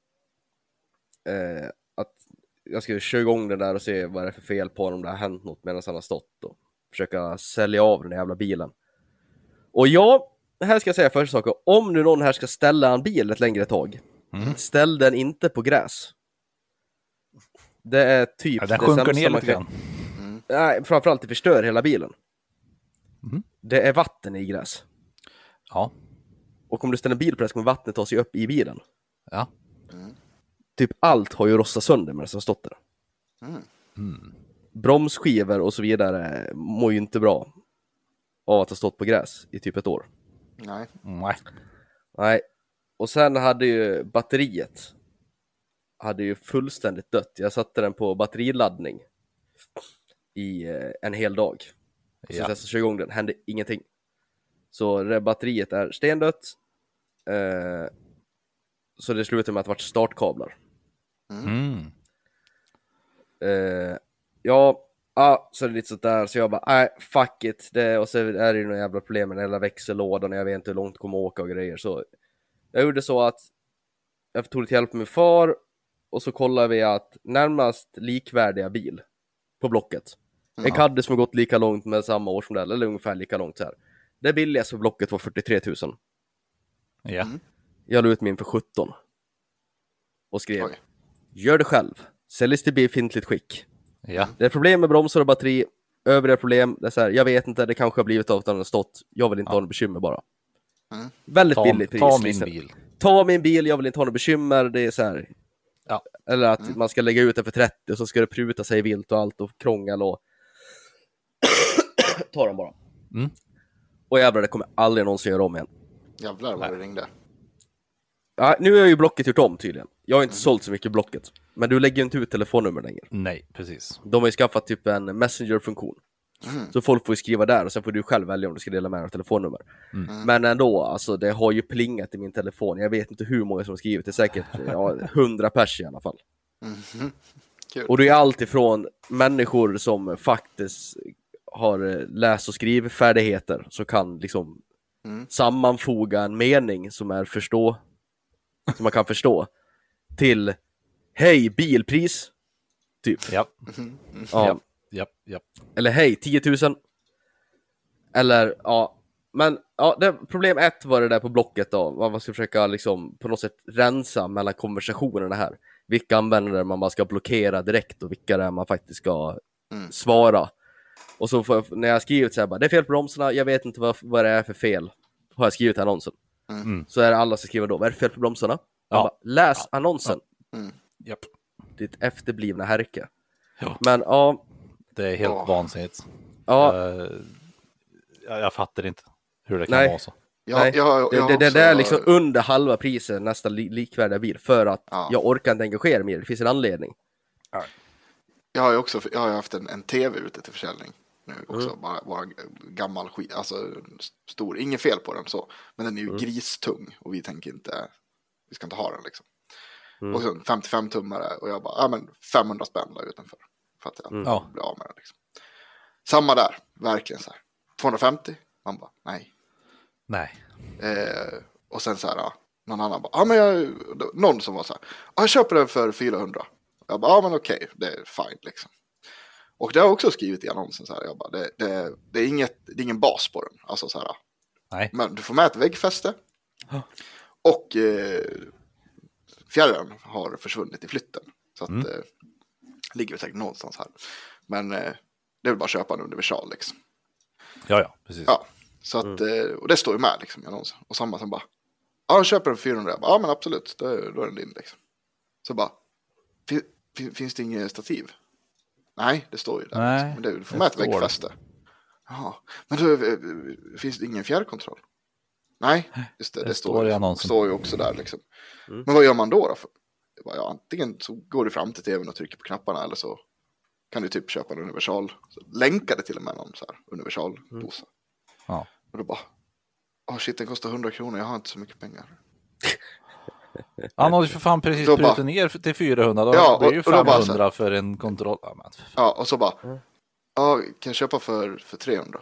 Att jag ska köra igång den där och se vad det är för fel på om det har hänt något medan han har stått. Och försöka sälja av den jävla bilen. Och här ska jag säga första saker. Om nu någon här ska ställa en bil ett längre tag, ställ den inte på gräs. Det är typ den sjunker ner lite grann. Nej, framförallt det förstör hela bilen. Det är vatten i gräs. Ja. Och om du ställer en bil på det så kommer vattnet ta sig upp i bilen. Ja. Typ allt har ju rostat sönder med det som har stått där. Bromsskivor och så vidare mår ju inte bra av att ha stått på gräs i typ ett år. Nej. Och sen hade ju batteriet fullständigt dött. Jag satte den på batteriladdning i en hel dag. Så jag körde igång den, hände ingenting. Så det batteriet är stendött. Så det slutade med att det var startkablar. Så det är lite sånt där. Så jag bara, fuck it. Och så är det ju några jävla problem med den hela växellådan. Och jag vet inte hur långt det kommer åka och grejer. Så jag gjorde så att jag tog lite hjälp med min far. Och så kollade vi att närmast likvärdiga bil på Blocket. En Caddy som har gått lika långt med samma årsmodell. Eller ungefär lika långt så här. Det billigaste på Blocket var 43 000. Ja. Jag la ut min för 17. Och skrev, gör det själv. Säljs till befintligt skick. Ja. Det är problem med bromsar och batteri. Övriga problem, det är så här, jag vet inte, det kanske har blivit av att den har stått. Jag vill inte ha något bekymmer bara. Väldigt billigt pris. Ta min bil. Ta min bil, jag vill inte ha något bekymmer. Det är så här. Ja. Eller att man ska lägga ut det för 30 och så ska det pruta sig vilt och allt och krångel och ta den bara. Och jävlar, det kommer aldrig någonsin göra om igen. Jävlar vad det ringde. Ja, nu har jag ju Blocket gjort om tydligen. Jag har inte sålt så mycket Blocket. Men du lägger inte ut telefonnummer längre. Nej, precis. De har ju skaffat typ en Messenger-funktion. Så folk får ju skriva där och sen får du själv välja om du ska dela med dig av telefonnummer. Men ändå, alltså det har ju plingat i min telefon. Jag vet inte hur många som har skrivit. Det är säkert 100 pers i alla fall. Kul. Och det är allt ifrån människor som faktiskt har läs- och skrivfärdigheter som kan liksom sammanfoga en mening som man kan förstå till hej, bilpris typ. Ja. Ja. Ja. Eller hej, 10 000. Eller ja. Men ja, problem 1 var det där på blocket då. Man ska försöka liksom på något sätt rensa mellan konversationerna här. Vilka användare man bara ska blockera direkt och vilka det är man faktiskt ska svara. Och så när jag skrivit så här bara, det är fel på bromsarna, jag vet inte vad det är för fel. Har jag skrivit annonsen. Så är det alla som skriver då, vad är det fel på bromsarna? Ja. Bara, läs annonsen. Japp. Ditt efterblivna härke. Ja. Men ja. Det är helt vansinnigt. Ja. Jag fattar inte hur det kan Nej. vara så. Nej, det är liksom under halva priset nästan likvärdiga bil. För att jag orkar inte engagera mig. Det finns en anledning. Jag har ju haft en tv ute till försäljning nu också, bara gammal skit, alltså stor, inget fel på den så, men den är ju gristung och vi ska inte ha den liksom. Och så 55 tummare och jag bara, men 500 spänn där utanför för att jag blir av med den liksom. Samma där, verkligen så här. 250, man bara, nej. Och sen så här, någon annan bara, någon som var så här, jag köper den för 400. Jag bara, men okej, det är fine liksom. Och det har jag också skrivit i annonsen så här, jag bara, det är ingen bas på den, alltså så här. Nej. Men du får med ett väggfäste. Och fjärren har försvunnit i flytten. Så att ligger säkert någonstans här. Men det är väl bara att köpa en universal liksom. Ja, precis. Ja, så att, och det står ju med liksom i annonsen. Och samma som bara, jag köper en 400. Jag bara, men absolut, då är den din liksom. Så bara, finns det inget stativ? Nej, det står ju där. Nej, liksom. Men du får med ett väggfäste. Ja, men då finns det ingen fjärrkontroll? Nej, just det står i annonsen. Står ju också där liksom. Men vad gör man då? Bara, antingen så går du fram till tvn och trycker på knapparna eller så kan du typ köpa en universal. Så länkar det till och med någon så här universal dosa. Ja. Och då bara, shit, den kostar 100 kronor, jag har inte så mycket pengar. Han har ju för fan precis brutit ner till 400. Då, det är ju 500 för en kontroll. Ja, och så bara, kan jag köpa för 300?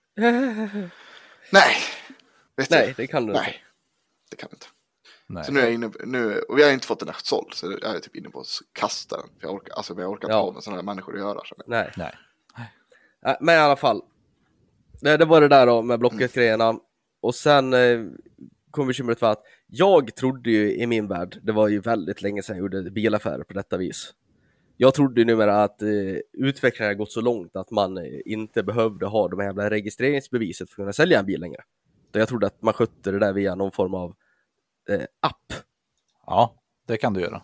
Nej. Nej, det kan du inte. Nej, det kan du inte. Nej. Så nu är jag inne, och vi har inte fått den här såld, så jag är typ inne på att kasta den. För jag orkar inte ha med sådana här människor att göra. Nej. Men i alla fall, det var det där då med Blocket-grejerna. Och sen kom bekymret för att jag trodde ju i min värld, det var ju väldigt länge sedan jag gjorde bilaffärer på detta vis. Jag trodde ju numera att utvecklingen har gått så långt att man inte behövde ha de här jävla registreringsbeviset för att kunna sälja en bil längre. Jag trodde att man skötte det där via någon form av app. Ja, det kan du göra.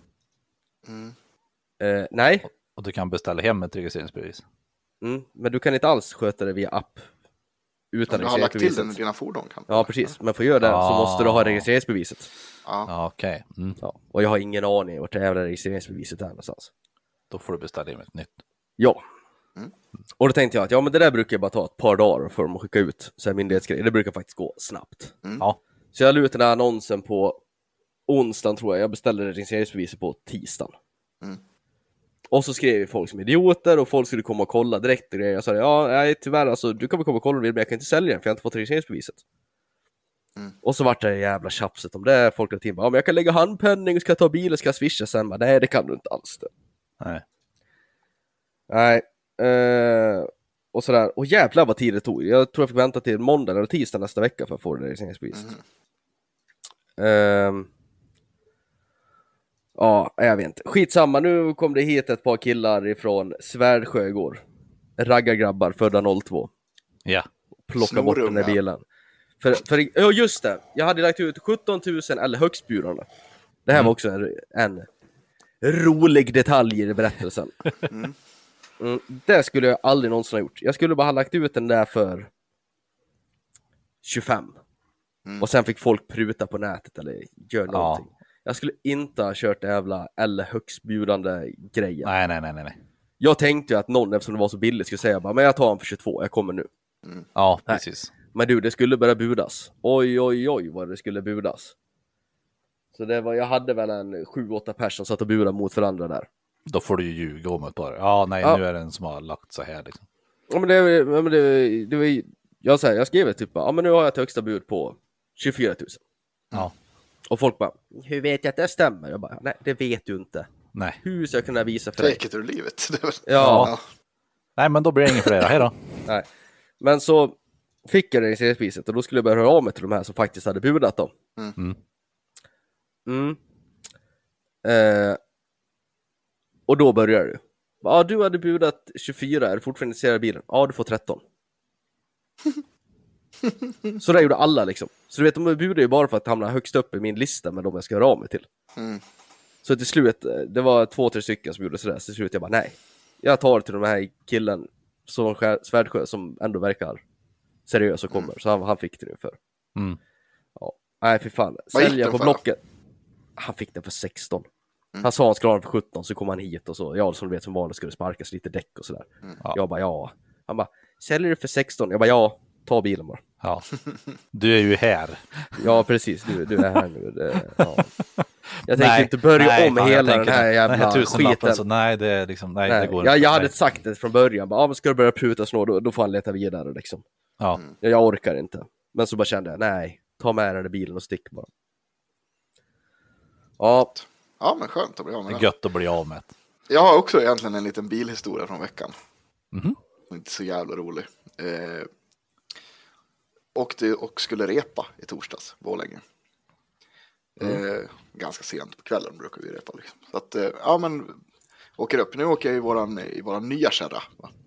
Nej. Och du kan beställa hem ett registreringsbevis. Men du kan inte alls sköta det via app. Utan du har lagt till den i dina fordon kan du. Ja, precis. Men för att göra det så måste du ha registreringsbeviset. Ja, okej. Ja, och jag har ingen aning vart det jävla registreringsbeviset är någonstans. Då får du beställa hem ett nytt. Ja. Och då tänkte jag att men det där brukar bara ta ett par dagar för dem att skicka ut så här myndighetsgrejer. Det brukar faktiskt gå snabbt. Ja. Så jag la ut den här annonsen på onsdagen tror jag. Jag beställde registreringsbeviset på tisdagen. Och så skrev folk som idioter och folk skulle komma och kolla direkt och grejer. Jag sa, nej tyvärr, alltså, du kan väl komma och kolla men jag kan inte sälja den för jag har inte fått registreringsbeviset. Och så vart det jävla tjafset om det. Folk hade men jag kan lägga handpenning och ska ta bilen och ska swisha sen. Men, nej, det kan du inte alls det. Nej. Och sådär. Och jävlar vad tid det tog. Jag tror jag fick vänta till måndag eller tisdag nästa vecka för att få det registreringsbeviset. Ja, jag vet inte. Skitsamma, nu kom det hit ett par killar ifrån Svärdsjö igår. Raggargrabbar födda 02. Ja. Plocka bort den där bilen. Ja, just det. Jag hade lagt ut 17 000 eller högstbjudande. Det här var också en rolig detalj i berättelsen. Det skulle jag aldrig någonsin ha gjort. Jag skulle bara ha lagt ut den där för 25. Och sen fick folk pruta på nätet eller göra någonting. Jag skulle inte ha kört jävla eller högstbjudande grejer. Nej. Jag tänkte ju att någon, eftersom det var så billigt, skulle säga bara, men jag tar den för 22, jag kommer nu. Ja, precis. Men du, det skulle börja budas. Oj vad det skulle budas. Så det var, jag hade väl en 7-8 personer som satt och budade mot varandra där. Då får du ju ljuga om ett par. Ja, nej, Ja. nu är det en som har lagt så här liksom. Ja, men det var ju, jag skrev typ, ja men nu har jag ett högsta bud på 24 000. Ja, Och folk bara, hur vet jag att det stämmer? Jag bara, nej det vet du inte. nej. Hur ska jag kunna visa för dig? Take it ur livet. Det är väl- Ja. Nej, men då blir det ingen flera. Hej då. Nej. Men så fick jag registreringspriset och då skulle jag börja höra av mig till de här som faktiskt hade budat dem. Och då börjar du. Ja, du hade budat 24, är du fortfarande intresserad av bilen? Ja, du får 13. Så det gjorde alla liksom. Så du vet, de budade ju bara för att hamna högst upp i min lista med de jag ska höra av mig till. Så till slut, det var 2-3 stycken som gjorde sådär. Så till slut jag bara, nej. Jag tar till de här killen som Svärdsjö som ändå verkar seriös och kommer. Så han fick det nu för. Ja, nej för fan. Vad gick Sälja den på för? Blocket. Han fick den för 16. Han sa han skulle ha den för 17, så kom han hit och så. Jag som du vet som vanligt skulle sparkas lite däck och sådär. Jag bara ja. Han bara, säljer du för 16? Jag bara ja, ta bilen bara. Ja. Du är ju här. Ja precis, du är här nu. Ja. Jag tänker inte börja om hela den här jävla skiten. Så nej, det är liksom, nej. Det går jag inte. hade sagt det från början. Bara, men ska du börja pruta snå, då får han leta vidare liksom. Ja. Jag orkar inte. Men så bara kände jag, nej, ta med den i bilen och stick bara. Ja. Ja, men skönt att bli av med Det är det. gött att bli av med. Jag har också egentligen en liten bilhistoria från veckan. Inte så jävla rolig. Åkte och skulle repa i torsdags, Borlänge. Ganska sent på kvällen brukar vi repa liksom. Så att, ja men, åker upp. Nu åker jag i våran nya kärra.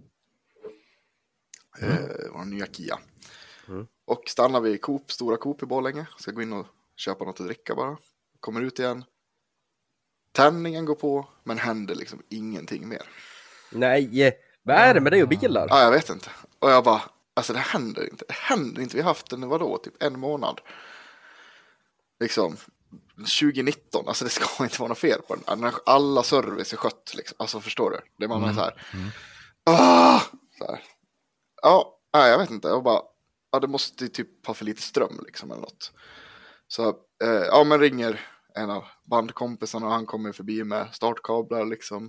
Våran nya Kia. Och stannar vi i Coop, stora Coop i Borlänge. Ska gå in och köpa något att dricka bara. Kommer ut igen. Tändningen går på, men händer liksom ingenting mer. Nej, vad är det med dig och bilar? Ja, jag vet inte. Och jag bara, alltså det händer inte. Det händer inte. Vi har haft den, vadå, typ en månad. Liksom, 2019. Alltså det ska inte vara något fel på den. När alla service är skött, liksom. Alltså förstår du? Det man är så här. Så här. Ja, nej, jag vet inte. Jag bara, ja, det måste typ ha för lite ström liksom eller något. Så, ja men ringer en av bandkompisarna och han kommer förbi med startkablar liksom.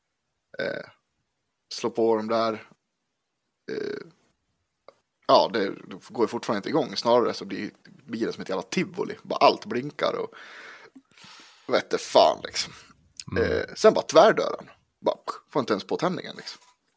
Slå på dem där. Ja, det går fortfarande inte igång. Snarare så blir bilen som ett jävla tivoli. Bara allt blinkar och vet det fan liksom. Sen bara tvärdörren. Bara, får inte ens på tändningen liksom.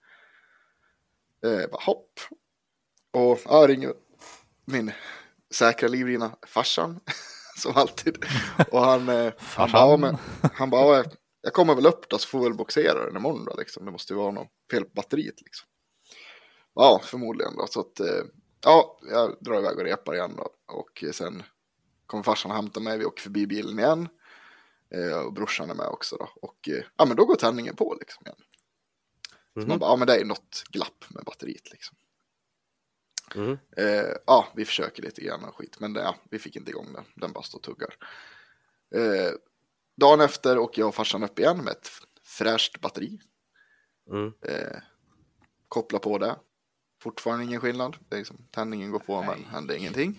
Bara hopp. Och jag ringer min säkra livrina farsan. Som alltid. Och han bara, jag kommer väl upp då så får väl boxera den imorgon då liksom. Det måste ju vara något fel på batteriet liksom. Ja, förmodligen då. Så att, ja, jag drar iväg och repar igen då. Och sen kommer farsan och hämtar mig. Vi åker förbi bilen igen. Och brorsan är med också då. Och ja, men då går tändningen på liksom igen. Så man bara, ja men det är något glapp med batteriet liksom. Ja, vi försöker lite grann och skit. Men ja, vi fick inte igång den. Den bara står och tuggar. Dagen efter åker jag och farsan upp igen med ett fräscht batteri. Koppla på det. Fortfarande ingen skillnad. Det är liksom, tändningen går på men händer ingenting.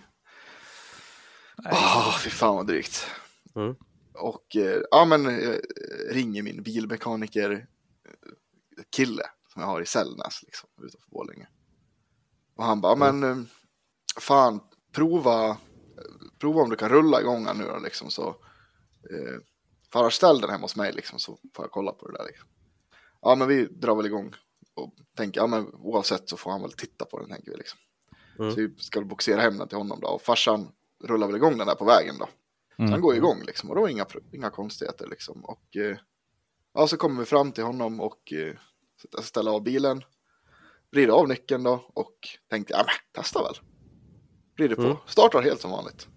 Fy fan vad drygt. Och ja men ringer min bilmekaniker kille som jag har i Sällnäs liksom utanför Borlänge. Och han bara men fan prova om du kan rulla igång nu då, liksom så för ställ den hemma hos mig liksom så får jag kolla på det där liksom. Ja men vi drar väl igång och tänker ja men oavsett så får han väl titta på den tänker vi liksom. Så vi ska boxera hem den till honom då och farsan rullar väl igång den där på vägen då. Så han går igång liksom och då inga konstigheter liksom och ja så kommer vi fram till honom och ställa av bilen. Vrider av nyckeln då och tänkte ja men testa väl. Vrider på. Startar helt som vanligt.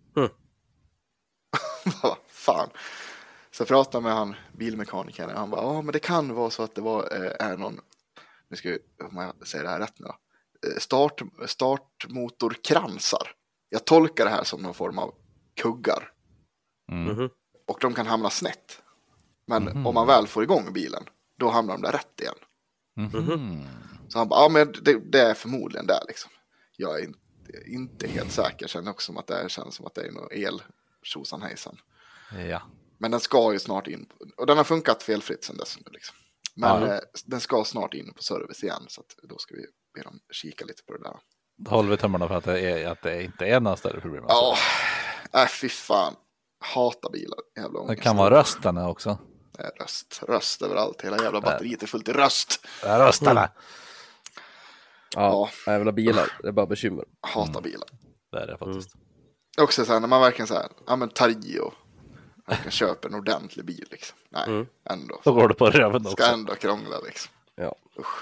Vad fan. Så pratade med han bilmekanikern och han bara ja men det kan vara så att det var är någon nu ska vi om jag säger det här rätt nu då. Startmotorkransar. Jag tolkar det här som någon form av kuggar. Och de kan hamna snett. Men om man väl får igång bilen då hamnar de där rätt igen. Så han bara, ja men det är förmodligen där liksom. Jag är inte helt säker. Jag känner också som att det känns som att det är någon el tjosan hejsan. Ja. Men den ska ju snart in. Och den har funkat felfritt sedan dess. Liksom. Men den ska snart in på service igen. Så att då ska vi be dem kika lite på det där. Då håller vi tummarna för att det inte är några större problem. Ja, fy fan. Hatar bilar. Jävla ångest. Det kan vara rösten också. Det är röst överallt. Hela jävla batteriet är fullt i röst. Det är röstarna. Ja, jävla bilar. Det är bara bekymmer. Hatar bilar. Det är det faktiskt. Också så här, när man verkligen så här, ja men tar i och verkligen köper en ordentlig bil liksom. Nej, ändå. Då går det på röven också. Ska ändå krångla liksom. Ja.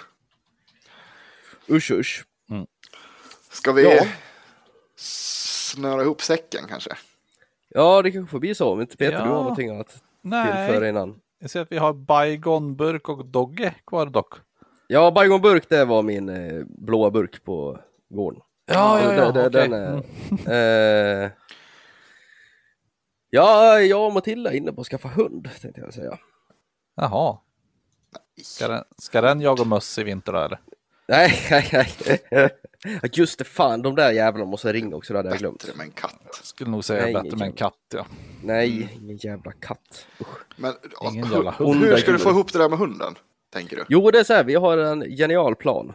Usch. Usch. Ska vi snöra ihop säcken kanske? Ja, det kanske får bli så. Om inte Peter, Ja. du har någonting annat tillföra innan. Jag ser att vi har Baygon-burk och Dogge kvar dock. Ja, Baygon-burk, det var min blåa burk på gården. Ja, Den är... Ja, jag och Matilda är inne på att skaffa hund, tänkte jag säga. Jaha. Ska den jaga möss i vinter då, eller? Nej. Just det, fan, de där jävlarna måste ringa också, det hade jag glömt. Bättre med en katt. Skulle nog säga Nej, bättre med en katt, ja. Nej, ingen jävla katt. Usch. Men Ingen jävla hund. hur ska du få ihop det där med hunden, tänker du? Jo, det är så här, vi har en genial plan.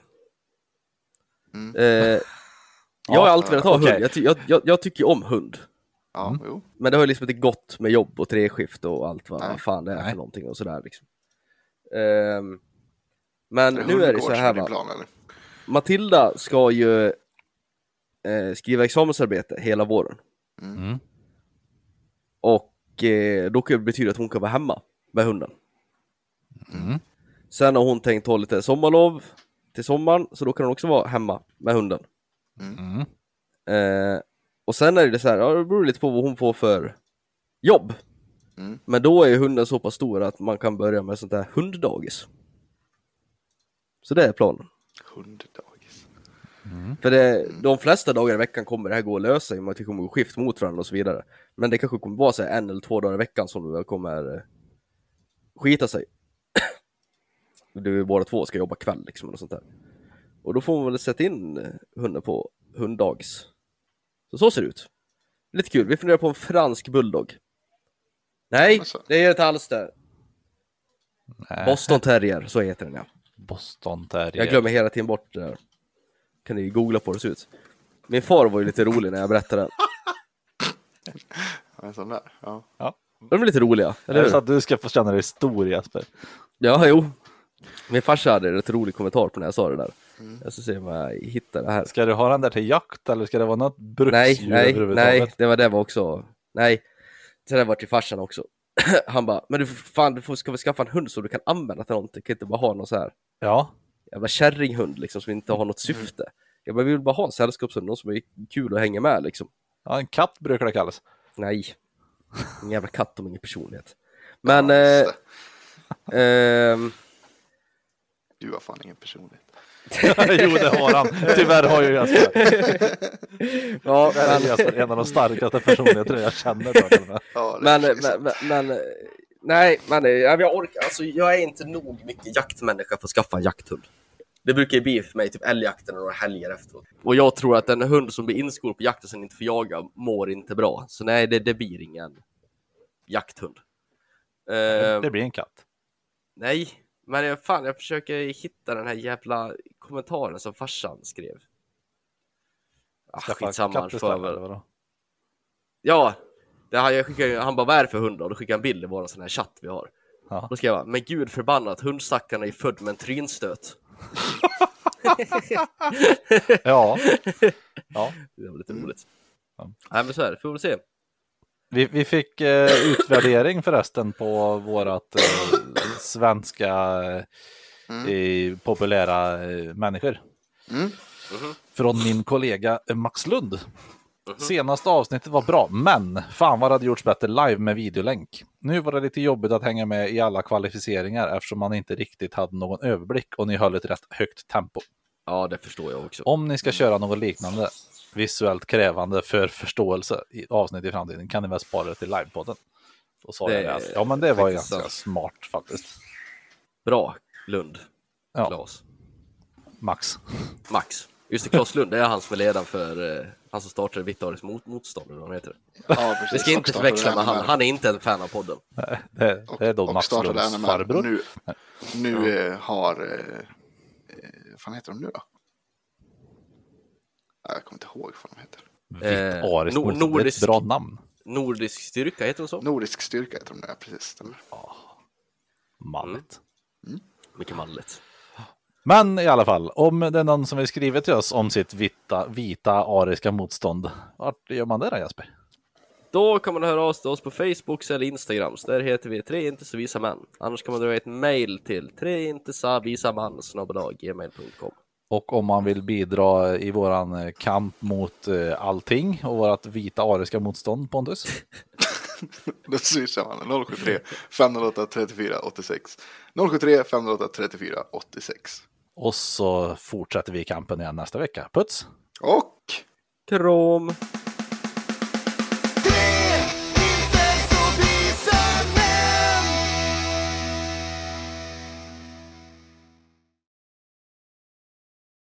Jag har alltid velat ha okej. hund. Jag tycker ju om hund. Ja, jo. Men det har ju liksom inte gått med jobb och treskift och allt vad Nej. fan det är Nej. för någonting och sådär liksom. Men nu är det så här, din va? plan, eller? Matilda ska ju skriva examensarbete hela våren. Mm. Och då kan det betyda att hon kan vara hemma med hunden. Sen har hon tänkt ha lite sommarlov till sommaren, så då kan hon också vara hemma med hunden. Och sen är det så här, ja, det beror lite på vad hon får för jobb. Men då är hunden så pass stor att man kan börja med sånt där hunddagis. Så det är planen. Hunddagis. För de flesta dagar i veckan kommer det här gå att lösa i och med att vi kommer gå skift mot varandra och så vidare. Men det kanske kommer vara så här 1 eller 2 dagar i veckan som du kommer skita sig. Du båda två ska jobba kväll liksom och sånt där. Och då får man väl sätta in hunden på hunddagis. Så ser det ut. Lite kul. Vi funderar på en fransk bulldog. Nej, Alltså. det är inte alls det. Nej. Boston Terrier, så heter den, ja. Boston Terrier. Jag glömmer hela tiden bort det där. Kan ni googla på hur det ser ut. Min far var ju lite rolig när jag berättade den. En sån där, ja. De är lite roliga, eller Är det hur? så att du ska få känna dig stor, Jesper? Ja, jo. Min farsa hade en rätt rolig kommentar på när jag sa det där. Jag ska se om jag hittar det här. Ska du ha den där till jakt eller ska det vara något bruksdjur Nej, överhuvudtaget? det var också. Nej, så det var till farsan också. Han bara, men du ska väl skaffa en hund så du kan använda till någonting. Du kan inte bara ha någon så här Ja. jävla kärringhund liksom som inte har något syfte. Jag bara, vi vill bara ha en sällskapshund, någon som är kul att hänga med liksom. Ja, en katt brukar det kallas. Nej, en jävla katt om ingen personlighet. Men Just det. Du har fan ingen personlighet. Jo, det har han. Tyvärr har ju Jesper. ja, Det är Jesper, en av de starkaste personligheterna jag känner. Då. Ja, det är jag orkar, alltså jag är inte nog mycket jaktmänniska för att skaffa en jakthund. Det brukar ju bli för mig typ älgjakten och några helger efteråt. Och jag tror att en hund som blir inskolad på jakt och sen inte får jaga mår inte bra. Så nej, det blir ingen jakthund. Det blir en katt. Nej, men jag försöker hitta den här jävla kommentaren som farsan skrev. Skitsamma för. Ja, han bara, vad är det för hund? Och då skickade han en bild i vår sån här chatt vi har. Ja. Då skrev jag, men gud förbannat, hundstackarna är född med en trynstöt. Ja. Det var lite roligt. Ja. Nej, men så här, får vi se. Vi fick utvärdering förresten på vårat svenska populära människor. Från min kollega Max Lund. Senaste avsnittet var bra, men fan vad det hade gjorts bättre live med videolänk. Nu var det lite jobbigt att hänga med i alla kvalificeringar eftersom man inte riktigt hade någon överblick och ni höll ett rätt högt tempo. Ja, det förstår jag också. Om ni ska köra något liknande visuellt krävande för förståelse i avsnitt i framtiden kan ni väl spara det till livepodden. Och så ja, men det var ju ganska smart faktiskt. Bra, Lund. Ja. Claes. Max. Just det, Claes Lund, det är han som är ledaren för Han som startade Vitt Aris motstånd, eller vad heter det. Ja, precis. Vi ska inte förväxla med han är inte en fan av podden. Det är då Mats Lunds farbror. Nu har... vad fan heter de nu då? Jag kommer inte ihåg vad de heter. Vitt Aris motstånd, det är ett bra namn. Nordisk styrka, heter de så? Nordisk styrka heter de nu, precis. Malligt. Mycket malligt. Men i alla fall, om det är någon som vill skriva till oss om sitt vita ariska motstånd, vart gör man det då, Jesper? Då kan man höra av sig till oss på Facebook eller Instagram. Där heter vi 3 inte så visa män. Annars kan man dra ett mail till 3intesavisaman@gmail.com. Och om man vill bidra i våran kamp mot allting och vårat vita ariska motstånd, Pontus? Då swishar man 073 508 34 86. 073 508 34 86. Och så fortsätter vi kampen igen nästa vecka. Puts! Och Krom!